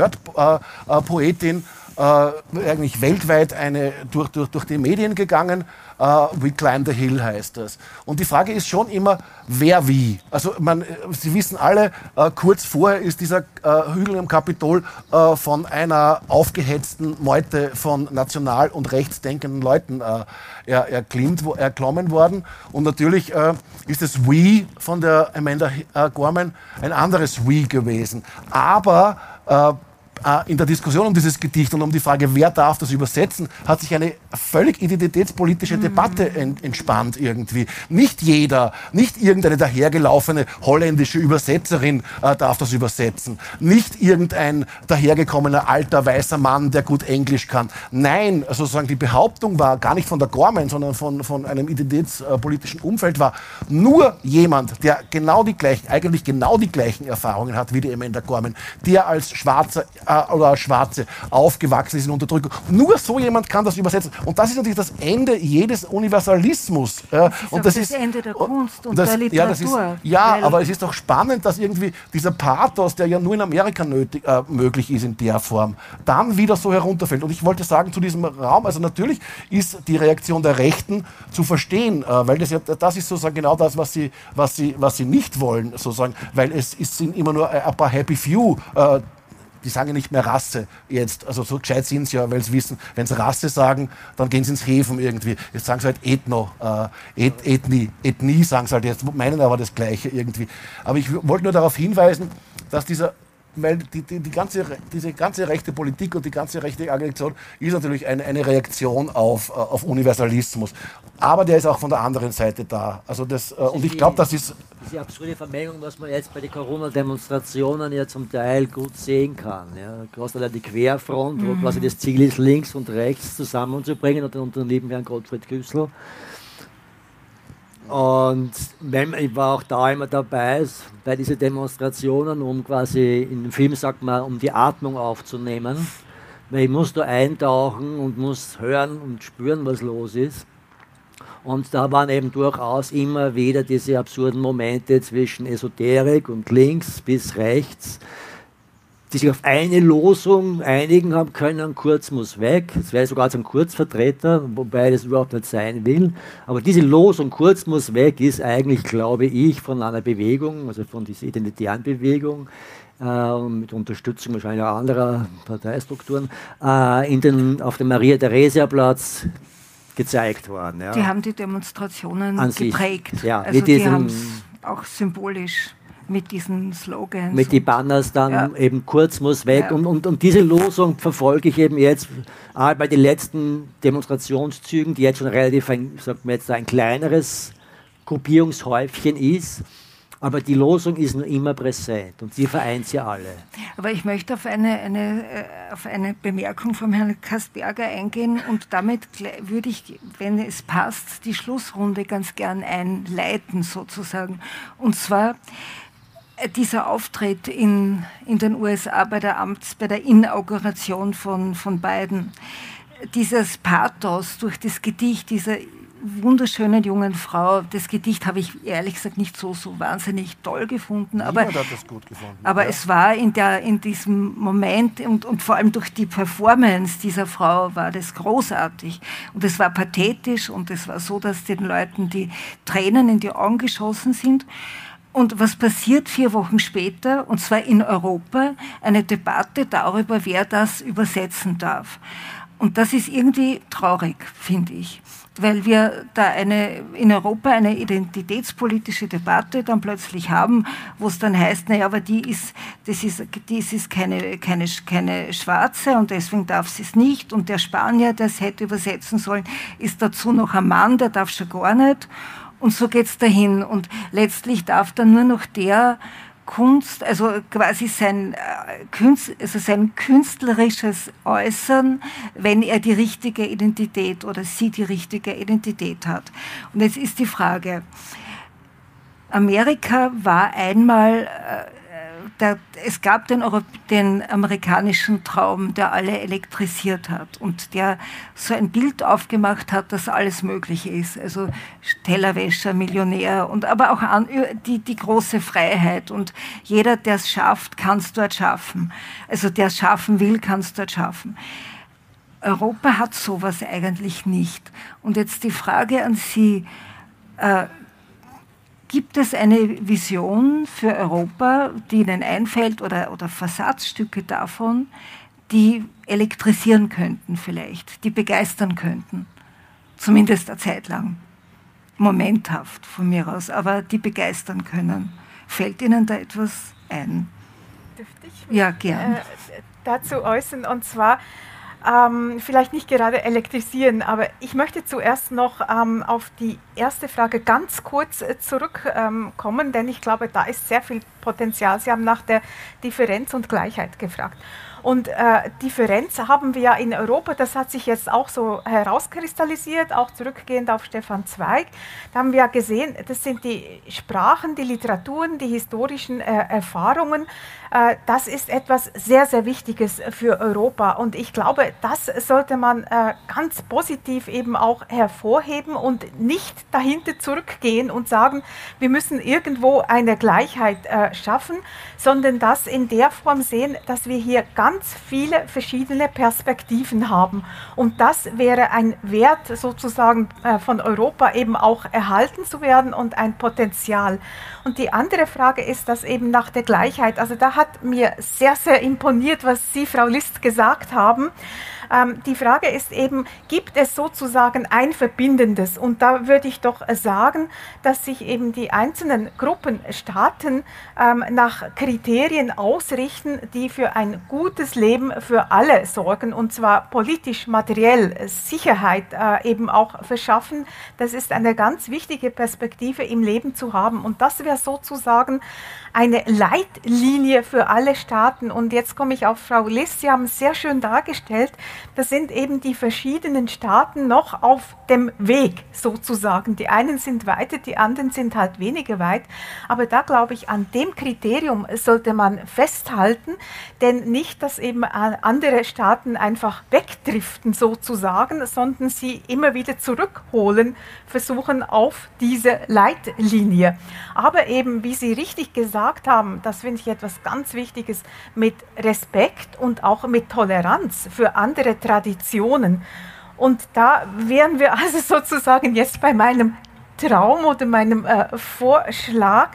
Spoken-Word-Poetin, äh, äh, eigentlich weltweit eine, durch, durch, durch die Medien gegangen. Uh, We Climb the Hill heißt das. Und die Frage ist schon immer, wer wie. Also man, Sie wissen alle, uh, kurz vorher ist dieser uh, Hügel im Kapitol uh, von einer aufgehetzten Meute von national- und rechtsdenkenden Leuten uh, er, erklimmt, wo, erklommen worden. Und natürlich uh, ist das We von der Amanda uh, Gorman ein anderes We gewesen. Aber uh, in der Diskussion um dieses Gedicht und um die Frage, wer darf das übersetzen, hat sich eine völlig identitätspolitische Debatte entspannt irgendwie. Nicht jeder, nicht irgendeine dahergelaufene holländische Übersetzerin äh, darf das übersetzen. Nicht irgendein dahergekommener alter weißer Mann, der gut Englisch kann. Nein, sozusagen die Behauptung war gar nicht von der Gorman, sondern von, von einem identitätspolitischen Umfeld war, nur jemand, der genau die gleichen, eigentlich genau die gleichen Erfahrungen hat wie die Amanda Gorman, der als Schwarzer oder als Schwarze aufgewachsen ist in Unterdrückung. Nur so jemand kann das übersetzen. Und das ist natürlich das Ende jedes Universalismus. Das ist und das, das ist Ende der Kunst und das, der Literatur. Ja, das ist, ja aber es ist doch spannend, dass irgendwie dieser Pathos, der ja nur in Amerika nötig, äh, möglich ist in der Form, dann wieder so herunterfällt. Und ich wollte sagen zu diesem Raum, also natürlich ist die Reaktion der Rechten zu verstehen, äh, weil das ja, das ist sozusagen genau das, was sie, was sie, was sie nicht wollen, sozusagen, weil es, es sind immer nur ein paar Happy Few, äh, die sagen ja nicht mehr Rasse jetzt, also so gescheit sind sie ja, weil sie wissen, wenn sie Rasse sagen, dann gehen sie ins Häfen irgendwie. Jetzt sagen sie halt Ethno, äh, Eth, Ethnie, Ethnie sagen sie halt jetzt, meinen aber das Gleiche irgendwie. Aber ich wollte nur darauf hinweisen, dass dieser, weil die, die, die ganze, diese ganze rechte Politik und die ganze rechte Agitation ist natürlich eine, eine Reaktion auf, auf Universalismus. Aber der ist auch von der anderen Seite da. Also das, und ich glaube, das ist... Diese absurde Vermengung, was man jetzt bei den Corona-Demonstrationen ja zum Teil gut sehen kann. Ja. Quasi die Querfront, mhm. wo quasi das Ziel ist, links und rechts zusammenzubringen, und unter dem Herrn Gottfried Küssel. Und wenn, ich war auch da immer dabei bei diesen Demonstrationen, um quasi in dem Film sagt man, um die Atmung aufzunehmen, weil ich muss da eintauchen und muss hören und spüren, was los ist. Und da waren eben durchaus immer wieder diese absurden Momente zwischen Esoterik und links bis rechts, die sich auf eine Losung einigen haben können, Kurz muss weg. Das wäre sogar so ein Kurzvertreter, wobei das überhaupt nicht sein will. Aber diese Losung Kurz muss weg ist eigentlich, glaube ich, von einer Bewegung, also von dieser identitären Bewegung, äh, mit Unterstützung wahrscheinlich auch anderer Parteistrukturen, äh, in den, auf dem Maria-Theresia-Platz gezeigt worden. Ja. Die haben die Demonstrationen An sich, geprägt. ja, also mit die diesem, haben es auch symbolisch mit diesen Slogans. Mit den Banners dann ja. eben Kurz muss weg. Ja. Und, und, und diese Losung verfolge ich eben jetzt äh, bei den letzten Demonstrationszügen, die jetzt schon relativ ein, sagt man jetzt, ein kleineres Gruppierungshäufchen ist. Aber die Losung ist noch immer präsent und sie vereint sie alle. Aber ich möchte auf eine, eine, auf eine Bemerkung von Herrn Kastberger eingehen und damit würde ich, wenn es passt, die Schlussrunde ganz gern einleiten sozusagen. Und zwar dieser Auftritt in, in den U S A bei der Amts-, bei der Inauguration von, von Biden, dieses Pathos durch das Gedicht dieser wunderschönen jungen Frau, das Gedicht habe ich ehrlich gesagt nicht so, so wahnsinnig toll gefunden, aber, Niemand hat das gut gefunden, aber ja. es war in, der, in diesem Moment und, und vor allem durch die Performance dieser Frau war das großartig und es war pathetisch und es war so, dass den Leuten die Tränen in die Augen geschossen sind. Und was passiert vier Wochen später, und zwar in Europa, eine Debatte darüber, wer das übersetzen darf. Und das ist irgendwie traurig, finde ich, weil wir da eine, in Europa eine identitätspolitische Debatte dann plötzlich haben, wo es dann heißt, naja, aber die ist, das ist, das ist keine, keine, keine Schwarze und deswegen darf sie es nicht. Und der Spanier, der es hätte übersetzen sollen, ist dazu noch ein Mann, der darf schon gar nicht. Und so geht's dahin. Und letztlich darf dann nur noch der Kunst, also quasi sein, Künst, also sein künstlerisches Äußern, wenn er die richtige Identität oder sie die richtige Identität hat. Und jetzt ist die Frage, Amerika war einmal, der, es gab den, Europ- den amerikanischen Traum, der alle elektrisiert hat und der so ein Bild aufgemacht hat, dass alles möglich ist. Also Tellerwäscher, Millionär und aber auch an, die, die große Freiheit. Und jeder, der es schafft, kann es dort schaffen. Also der es schaffen will, kann es dort schaffen. Europa hat sowas eigentlich nicht. Und jetzt die Frage an Sie, äh, gibt es eine Vision für Europa, die Ihnen einfällt oder, oder Versatzstücke davon, die elektrisieren könnten vielleicht, die begeistern könnten? Zumindest eine Zeit lang. Momenthaft von mir aus, aber die begeistern können. Fällt Ihnen da etwas ein? Dürfte ich mich ja, gern. Äh, dazu äußern? Und zwar Ähm, vielleicht nicht gerade elektrisieren, aber ich möchte zuerst noch ähm, auf die erste Frage ganz kurz äh, zurückkommen, ähm, denn ich glaube, da ist sehr viel Potenzial. Sie haben nach der Differenz und Gleichheit gefragt. Und äh, Differenz haben wir ja in Europa, das hat sich jetzt auch so herauskristallisiert, auch zurückgehend auf Stefan Zweig. Da haben wir ja gesehen, das sind die Sprachen, die Literaturen, die historischen äh, Erfahrungen. Äh, das ist etwas sehr, sehr Wichtiges für Europa. Und ich glaube, das sollte man äh, ganz positiv eben auch hervorheben und nicht dahinter zurückgehen und sagen, wir müssen irgendwo eine Gleichheit äh, schaffen, sondern das in der Form sehen, dass wir hier ganz viele verschiedene Perspektiven haben. Und das wäre ein Wert sozusagen äh, von Europa eben auch erhalten zu werden und ein Potenzial. Und die andere Frage ist, dass eben nach der Gleichheit, also da hat mir sehr, sehr imponiert, was Sie, Frau List, gesagt haben. Ähm, die Frage ist eben, gibt es sozusagen ein Verbindendes? Und da würde ich doch sagen, dass sich eben die einzelnen Gruppenstaaten ähm, nach Kriterien ausrichten, die für ein gutes Leben für alle sorgen, und zwar politisch, materiell, Sicherheit äh, eben auch verschaffen. Das ist eine ganz wichtige Perspektive im Leben zu haben. Und das wäre sozusagen eine Leitlinie für alle Staaten. Und jetzt komme ich auf Frau List. Sie haben es sehr schön dargestellt, das sind eben die verschiedenen Staaten noch auf dem Weg sozusagen. Die einen sind weiter, die anderen sind halt weniger weit. Aber da glaube ich, an dem Kriterium sollte man festhalten, denn nicht, dass eben andere Staaten einfach wegdriften sozusagen, sondern sie immer wieder zurückholen, versuchen auf diese Leitlinie. Aber eben, wie Sie richtig gesagt haben, das finde ich etwas ganz Wichtiges, mit Respekt und auch mit Toleranz für andere Traditionen. Und da wären wir also sozusagen jetzt bei meinem Traum oder meinem äh, Vorschlag.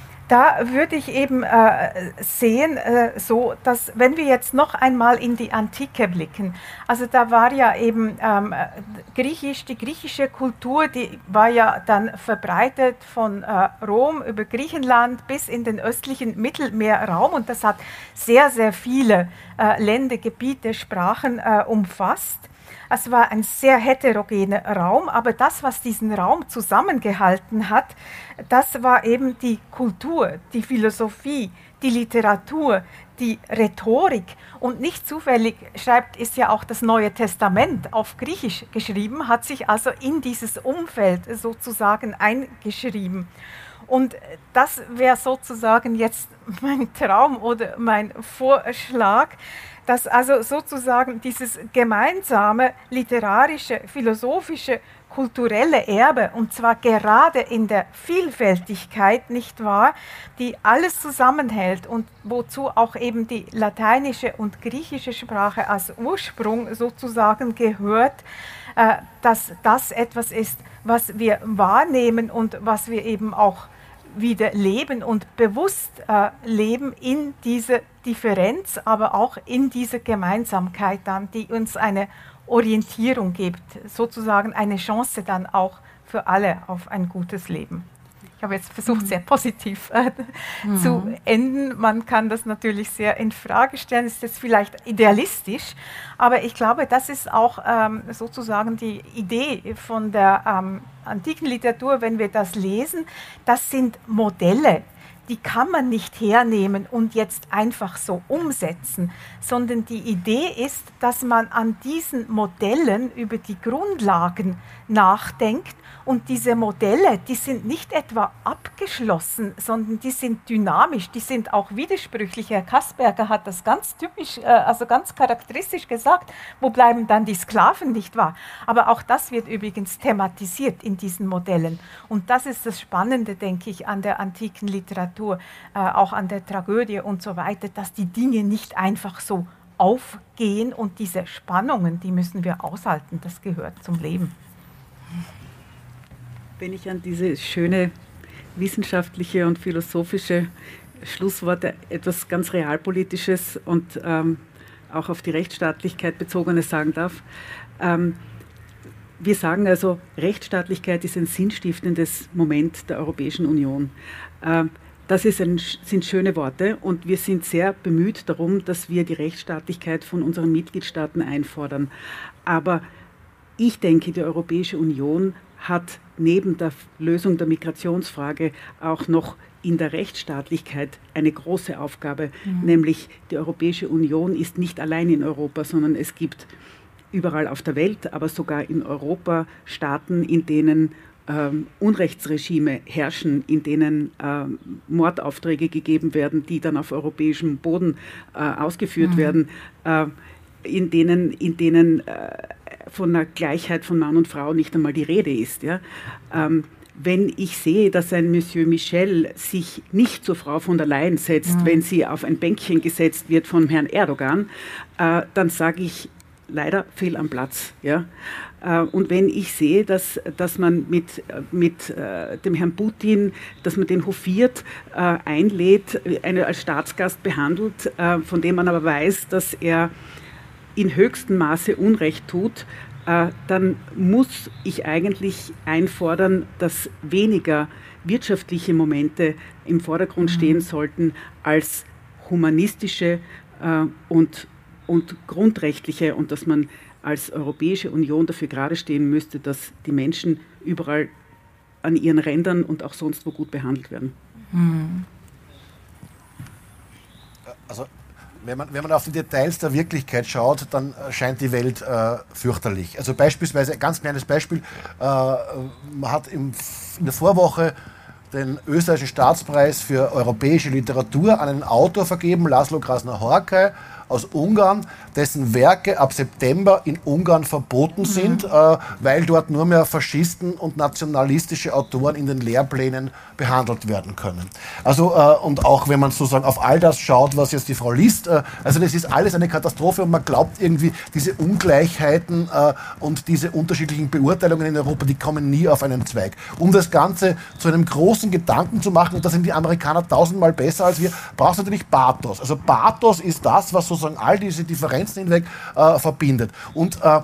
Da würde ich eben äh, sehen, äh, so, dass wenn wir jetzt noch einmal in die Antike blicken, also da war ja eben ähm, Griechisch, die griechische Kultur, die war ja dann verbreitet von äh, Rom über Griechenland bis in den östlichen Mittelmeerraum und das hat sehr, sehr viele äh, Länder, Gebiete, Sprachen äh, umfasst. Es war ein sehr heterogener Raum, aber das, was diesen Raum zusammengehalten hat, das war eben die Kultur, die Philosophie, die Literatur, die Rhetorik. Und nicht zufällig schreibt, ist ja auch das Neue Testament auf Griechisch geschrieben, hat sich also in dieses Umfeld sozusagen eingeschrieben. Und das wäre sozusagen jetzt mein Traum oder mein Vorschlag, dass also sozusagen dieses gemeinsame literarische, philosophische, kulturelle Erbe, und zwar gerade in der Vielfältigkeit, nicht wahr, die alles zusammenhält und wozu auch eben die lateinische und griechische Sprache als Ursprung sozusagen gehört, äh, dass das etwas ist, was wir wahrnehmen und was wir eben auch wieder leben und bewusst äh, leben in dieser Differenz, aber auch in dieser Gemeinsamkeit dann, die uns eine Orientierung gibt, sozusagen eine Chance dann auch für alle auf ein gutes Leben. Ich habe jetzt versucht, sehr positiv äh, mhm. zu enden. Man kann das natürlich sehr in Frage stellen, ist jetzt vielleicht idealistisch, aber ich glaube, das ist auch ähm, sozusagen die Idee von der ähm, antiken Literatur, wenn wir das lesen. Das sind Modelle, die kann man nicht hernehmen und jetzt einfach so umsetzen, sondern die Idee ist, dass man an diesen Modellen über die Grundlagen nachdenkt. Und diese Modelle, die sind nicht etwa abgeschlossen, sondern die sind dynamisch, die sind auch widersprüchlich. Herr Kasperger hat das ganz typisch, äh, also ganz charakteristisch gesagt. Wo bleiben dann die Sklaven, nicht wahr? Aber auch das wird übrigens thematisiert in diesen Modellen. Und das ist das Spannende, denke ich, an der antiken Literatur, äh, auch an der Tragödie und so weiter, dass die Dinge nicht einfach so aufgehen und diese Spannungen, die müssen wir aushalten, das gehört zum Leben. Wenn ich an diese schöne wissenschaftliche und philosophische Schlussworte etwas ganz Realpolitisches und ähm, auch auf die Rechtsstaatlichkeit bezogenes sagen darf. Ähm, wir sagen also, Rechtsstaatlichkeit ist ein sinnstiftendes Moment der Europäischen Union. Ähm, das ist ein, sind schöne Worte und wir sind sehr bemüht darum, dass wir die Rechtsstaatlichkeit von unseren Mitgliedstaaten einfordern. Aber ich denke, die Europäische Union hat neben der Lösung der Migrationsfrage auch noch in der Rechtsstaatlichkeit eine große Aufgabe, mhm. nämlich die Europäische Union ist nicht allein in Europa, sondern es gibt überall auf der Welt, aber sogar in Europa Staaten, in denen ähm, Unrechtsregime herrschen, in denen ähm, Mordaufträge gegeben werden, die dann auf europäischem Boden äh, ausgeführt mhm. werden, äh, in denen, in denen äh, von der Gleichheit von Mann und Frau nicht einmal die Rede ist. Ja? Ähm, wenn ich sehe, dass ein Monsieur Michel sich nicht zur Frau von der Leyen setzt, mhm. wenn sie auf ein Bänkchen gesetzt wird von Herrn Erdogan, äh, dann sage ich leider fehl am Platz. Ja? Äh, und wenn ich sehe, dass, dass man mit, mit äh, dem Herrn Putin, dass man den hofiert, äh, einlädt, eine, als Staatsgast behandelt, äh, von dem man aber weiß, dass er in höchstem Maße Unrecht tut, äh, dann muss ich eigentlich einfordern, dass weniger wirtschaftliche Momente im Vordergrund stehen sollten als humanistische äh, und, und grundrechtliche und dass man als Europäische Union dafür gerade stehen müsste, dass die Menschen überall an ihren Rändern und auch sonst wo gut behandelt werden. Also Wenn man, wenn man auf die Details der Wirklichkeit schaut, dann scheint die Welt äh, fürchterlich. Also beispielsweise, ein ganz kleines Beispiel, äh, man hat im, in der Vorwoche den österreichischen Staatspreis für europäische Literatur an einen Autor vergeben, László Krasznahorkai aus Ungarn, dessen Werke ab September in Ungarn verboten sind, mhm. äh, weil dort nur mehr Faschisten und nationalistische Autoren in den Lehrplänen behandelt werden können. Also, äh, und auch wenn man sozusagen auf all das schaut, was jetzt die Frau liest, äh, also das ist alles eine Katastrophe und man glaubt irgendwie, diese Ungleichheiten äh, und diese unterschiedlichen Beurteilungen in Europa, die kommen nie auf einen Zweig. Um das Ganze zu einem großen Gedanken zu machen, und da sind die Amerikaner tausendmal besser als wir, brauchst du natürlich Pathos. Also Pathos ist das, was sozusagen all diese Differenzen hinweg äh, verbindet. Und äh,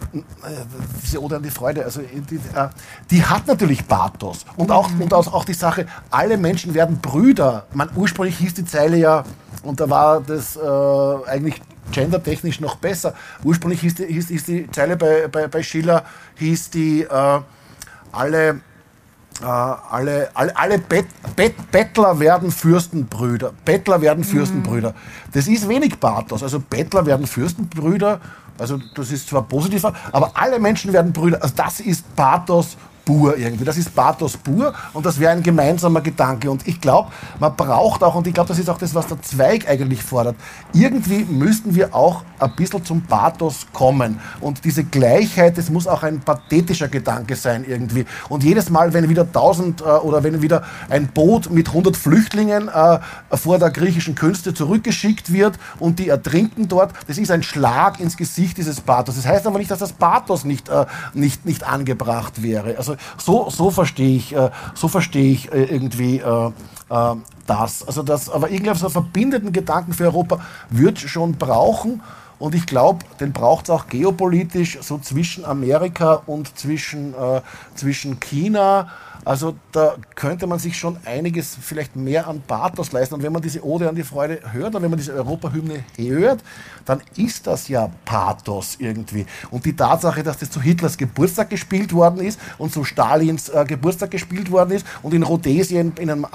diese Ode an die Freude, also die, äh, die hat natürlich Pathos. Und auch, mhm. und auch, auch die Sache, alle Menschen werden Brüder. Man, ursprünglich hieß die Zeile ja, und da war das äh, eigentlich gendertechnisch noch besser. Ursprünglich hieß die, hieß, hieß die Zeile bei, bei, bei Schiller, hieß die äh, alle Uh, alle alle, alle Bet, Bet, Bettler werden Fürstenbrüder. Bettler werden Fürstenbrüder. Mhm. Das ist wenig Pathos. Also Bettler werden Fürstenbrüder. Also das ist zwar positiver, aber alle Menschen werden Brüder. Also das ist Pathos pur irgendwie. Das ist Pathos pur und das wäre ein gemeinsamer Gedanke. Und ich glaube, man braucht auch, und ich glaube, das ist auch das, was der Zweig eigentlich fordert, irgendwie müssten wir auch ein bisschen zum Pathos kommen. Und diese Gleichheit, das muss auch ein pathetischer Gedanke sein irgendwie. Und jedes Mal, wenn wieder tausend äh, oder wenn wieder ein Boot mit hundert Flüchtlingen äh, vor der griechischen Küste zurückgeschickt wird und die ertrinken dort, das ist ein Schlag ins Gesicht dieses Pathos. Das heißt aber nicht, dass das Pathos nicht, äh, nicht, nicht angebracht wäre. Also so, so verstehe ich, äh, so verstehe ich äh, irgendwie äh, äh, das. Also das. Aber irgendwie auf so einen verbindenden Gedanken für Europa wird schon brauchen. Und ich glaube, den braucht es auch geopolitisch, so zwischen Amerika und zwischen, äh, zwischen China. Also da könnte man sich schon einiges vielleicht mehr an Pathos leisten. Und wenn man diese Ode an die Freude hört und wenn man diese Europahymne hört, dann ist das ja Pathos irgendwie. Und die Tatsache, dass das zu Hitlers Geburtstag gespielt worden ist und zu Stalins äh, Geburtstag gespielt worden ist und in Rhodesien in einem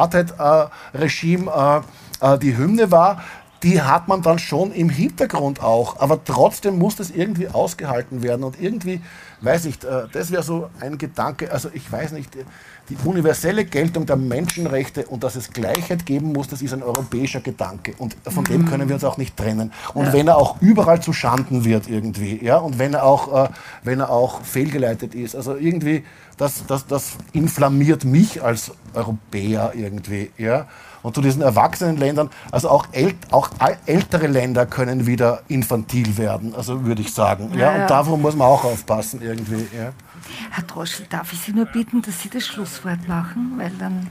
Apartheid-Regime äh, äh, die Hymne war, die hat man dann schon im Hintergrund auch. Aber trotzdem muss das irgendwie ausgehalten werden. Und irgendwie, weiß nicht, das wäre so ein Gedanke, also ich weiß nicht, die universelle Geltung der Menschenrechte und dass es Gleichheit geben muss, das ist ein europäischer Gedanke. Und von mhm. dem können wir uns auch nicht trennen. Und ja. wenn er auch überall zu Schanden wird irgendwie, ja, und wenn er auch, äh, wenn er auch fehlgeleitet ist, also irgendwie, das, das, das inflammiert mich als Europäer irgendwie, ja. Und zu diesen erwachsenen Ländern, also auch, ält, auch ältere Länder können wieder infantil werden, also würde ich sagen. Ja, ja, ja. Und davor muss man auch aufpassen irgendwie. Ja. Herr Droschl, darf ich Sie nur bitten, dass Sie das Schlusswort machen, weil dann...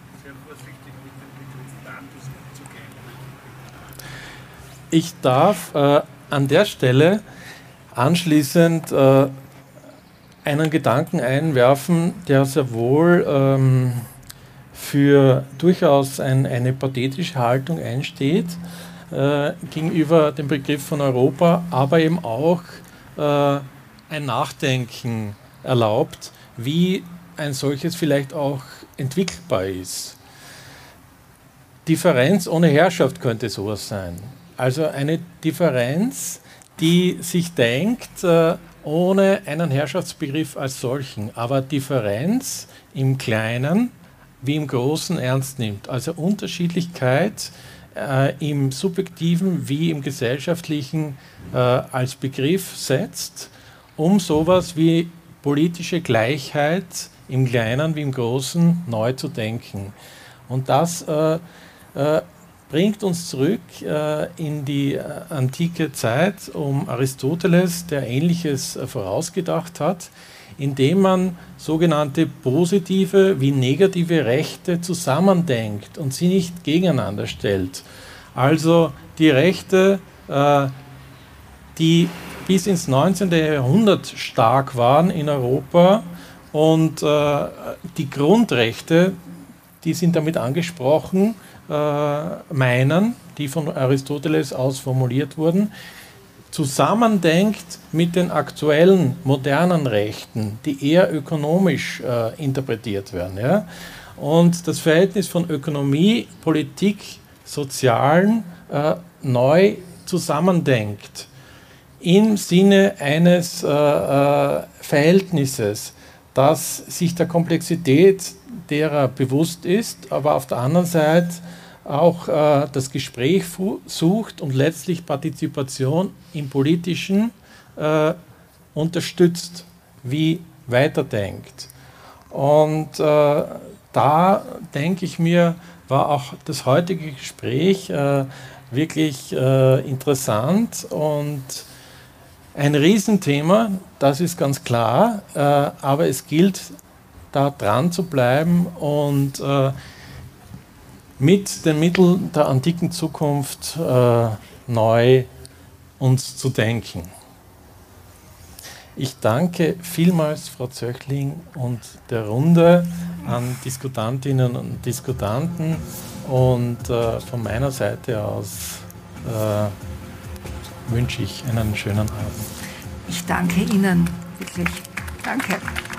Ich darf äh, an der Stelle anschließend äh, einen Gedanken einwerfen, der sehr wohl... Ähm, für durchaus ein, eine pathetische Haltung einsteht äh, gegenüber dem Begriff von Europa, aber eben auch äh, ein Nachdenken erlaubt, wie ein solches vielleicht auch entwickelbar ist. Differenz ohne Herrschaft könnte sowas sein. Also eine Differenz, die sich denkt, äh, ohne einen Herrschaftsbegriff als solchen, aber Differenz im Kleinen, wie im Großen ernst nimmt. Also Unterschiedlichkeit äh, im Subjektiven wie im Gesellschaftlichen äh, als Begriff setzt, um sowas wie politische Gleichheit im Kleinen wie im Großen neu zu denken. Und das äh, äh, bringt uns zurück äh, in die äh, antike Zeit um Aristoteles, der Ähnliches äh, vorausgedacht hat, indem man sogenannte positive wie negative Rechte zusammendenkt und sie nicht gegeneinander stellt. Also die Rechte, äh, die bis ins neunzehnten Jahrhundert stark waren in Europa und äh, die Grundrechte, die sind damit angesprochen, äh, meinen, die von Aristoteles aus formuliert wurden, zusammendenkt mit den aktuellen modernen Rechten, die eher ökonomisch äh, interpretiert werden. Ja? Und das Verhältnis von Ökonomie, Politik Sozialen äh, neu zusammendenkt, im Sinne eines äh, äh, Verhältnisses, das sich der Komplexität derer bewusst ist, aber auf der anderen Seite auch äh, das Gespräch sucht und letztlich Partizipation im Politischen äh, unterstützt, wie weiterdenkt. Und äh, da denke ich mir, war auch das heutige Gespräch äh, wirklich äh, interessant und ein Riesenthema, das ist ganz klar, äh, aber es gilt, da dran zu bleiben und äh, mit den Mitteln der antiken Zukunft äh, neu uns zu denken. Ich danke vielmals Frau Zöchling und der Runde an Diskutantinnen und Diskutanten und äh, von meiner Seite aus äh, wünsche ich einen schönen Abend. Ich danke Ihnen, wirklich. Danke.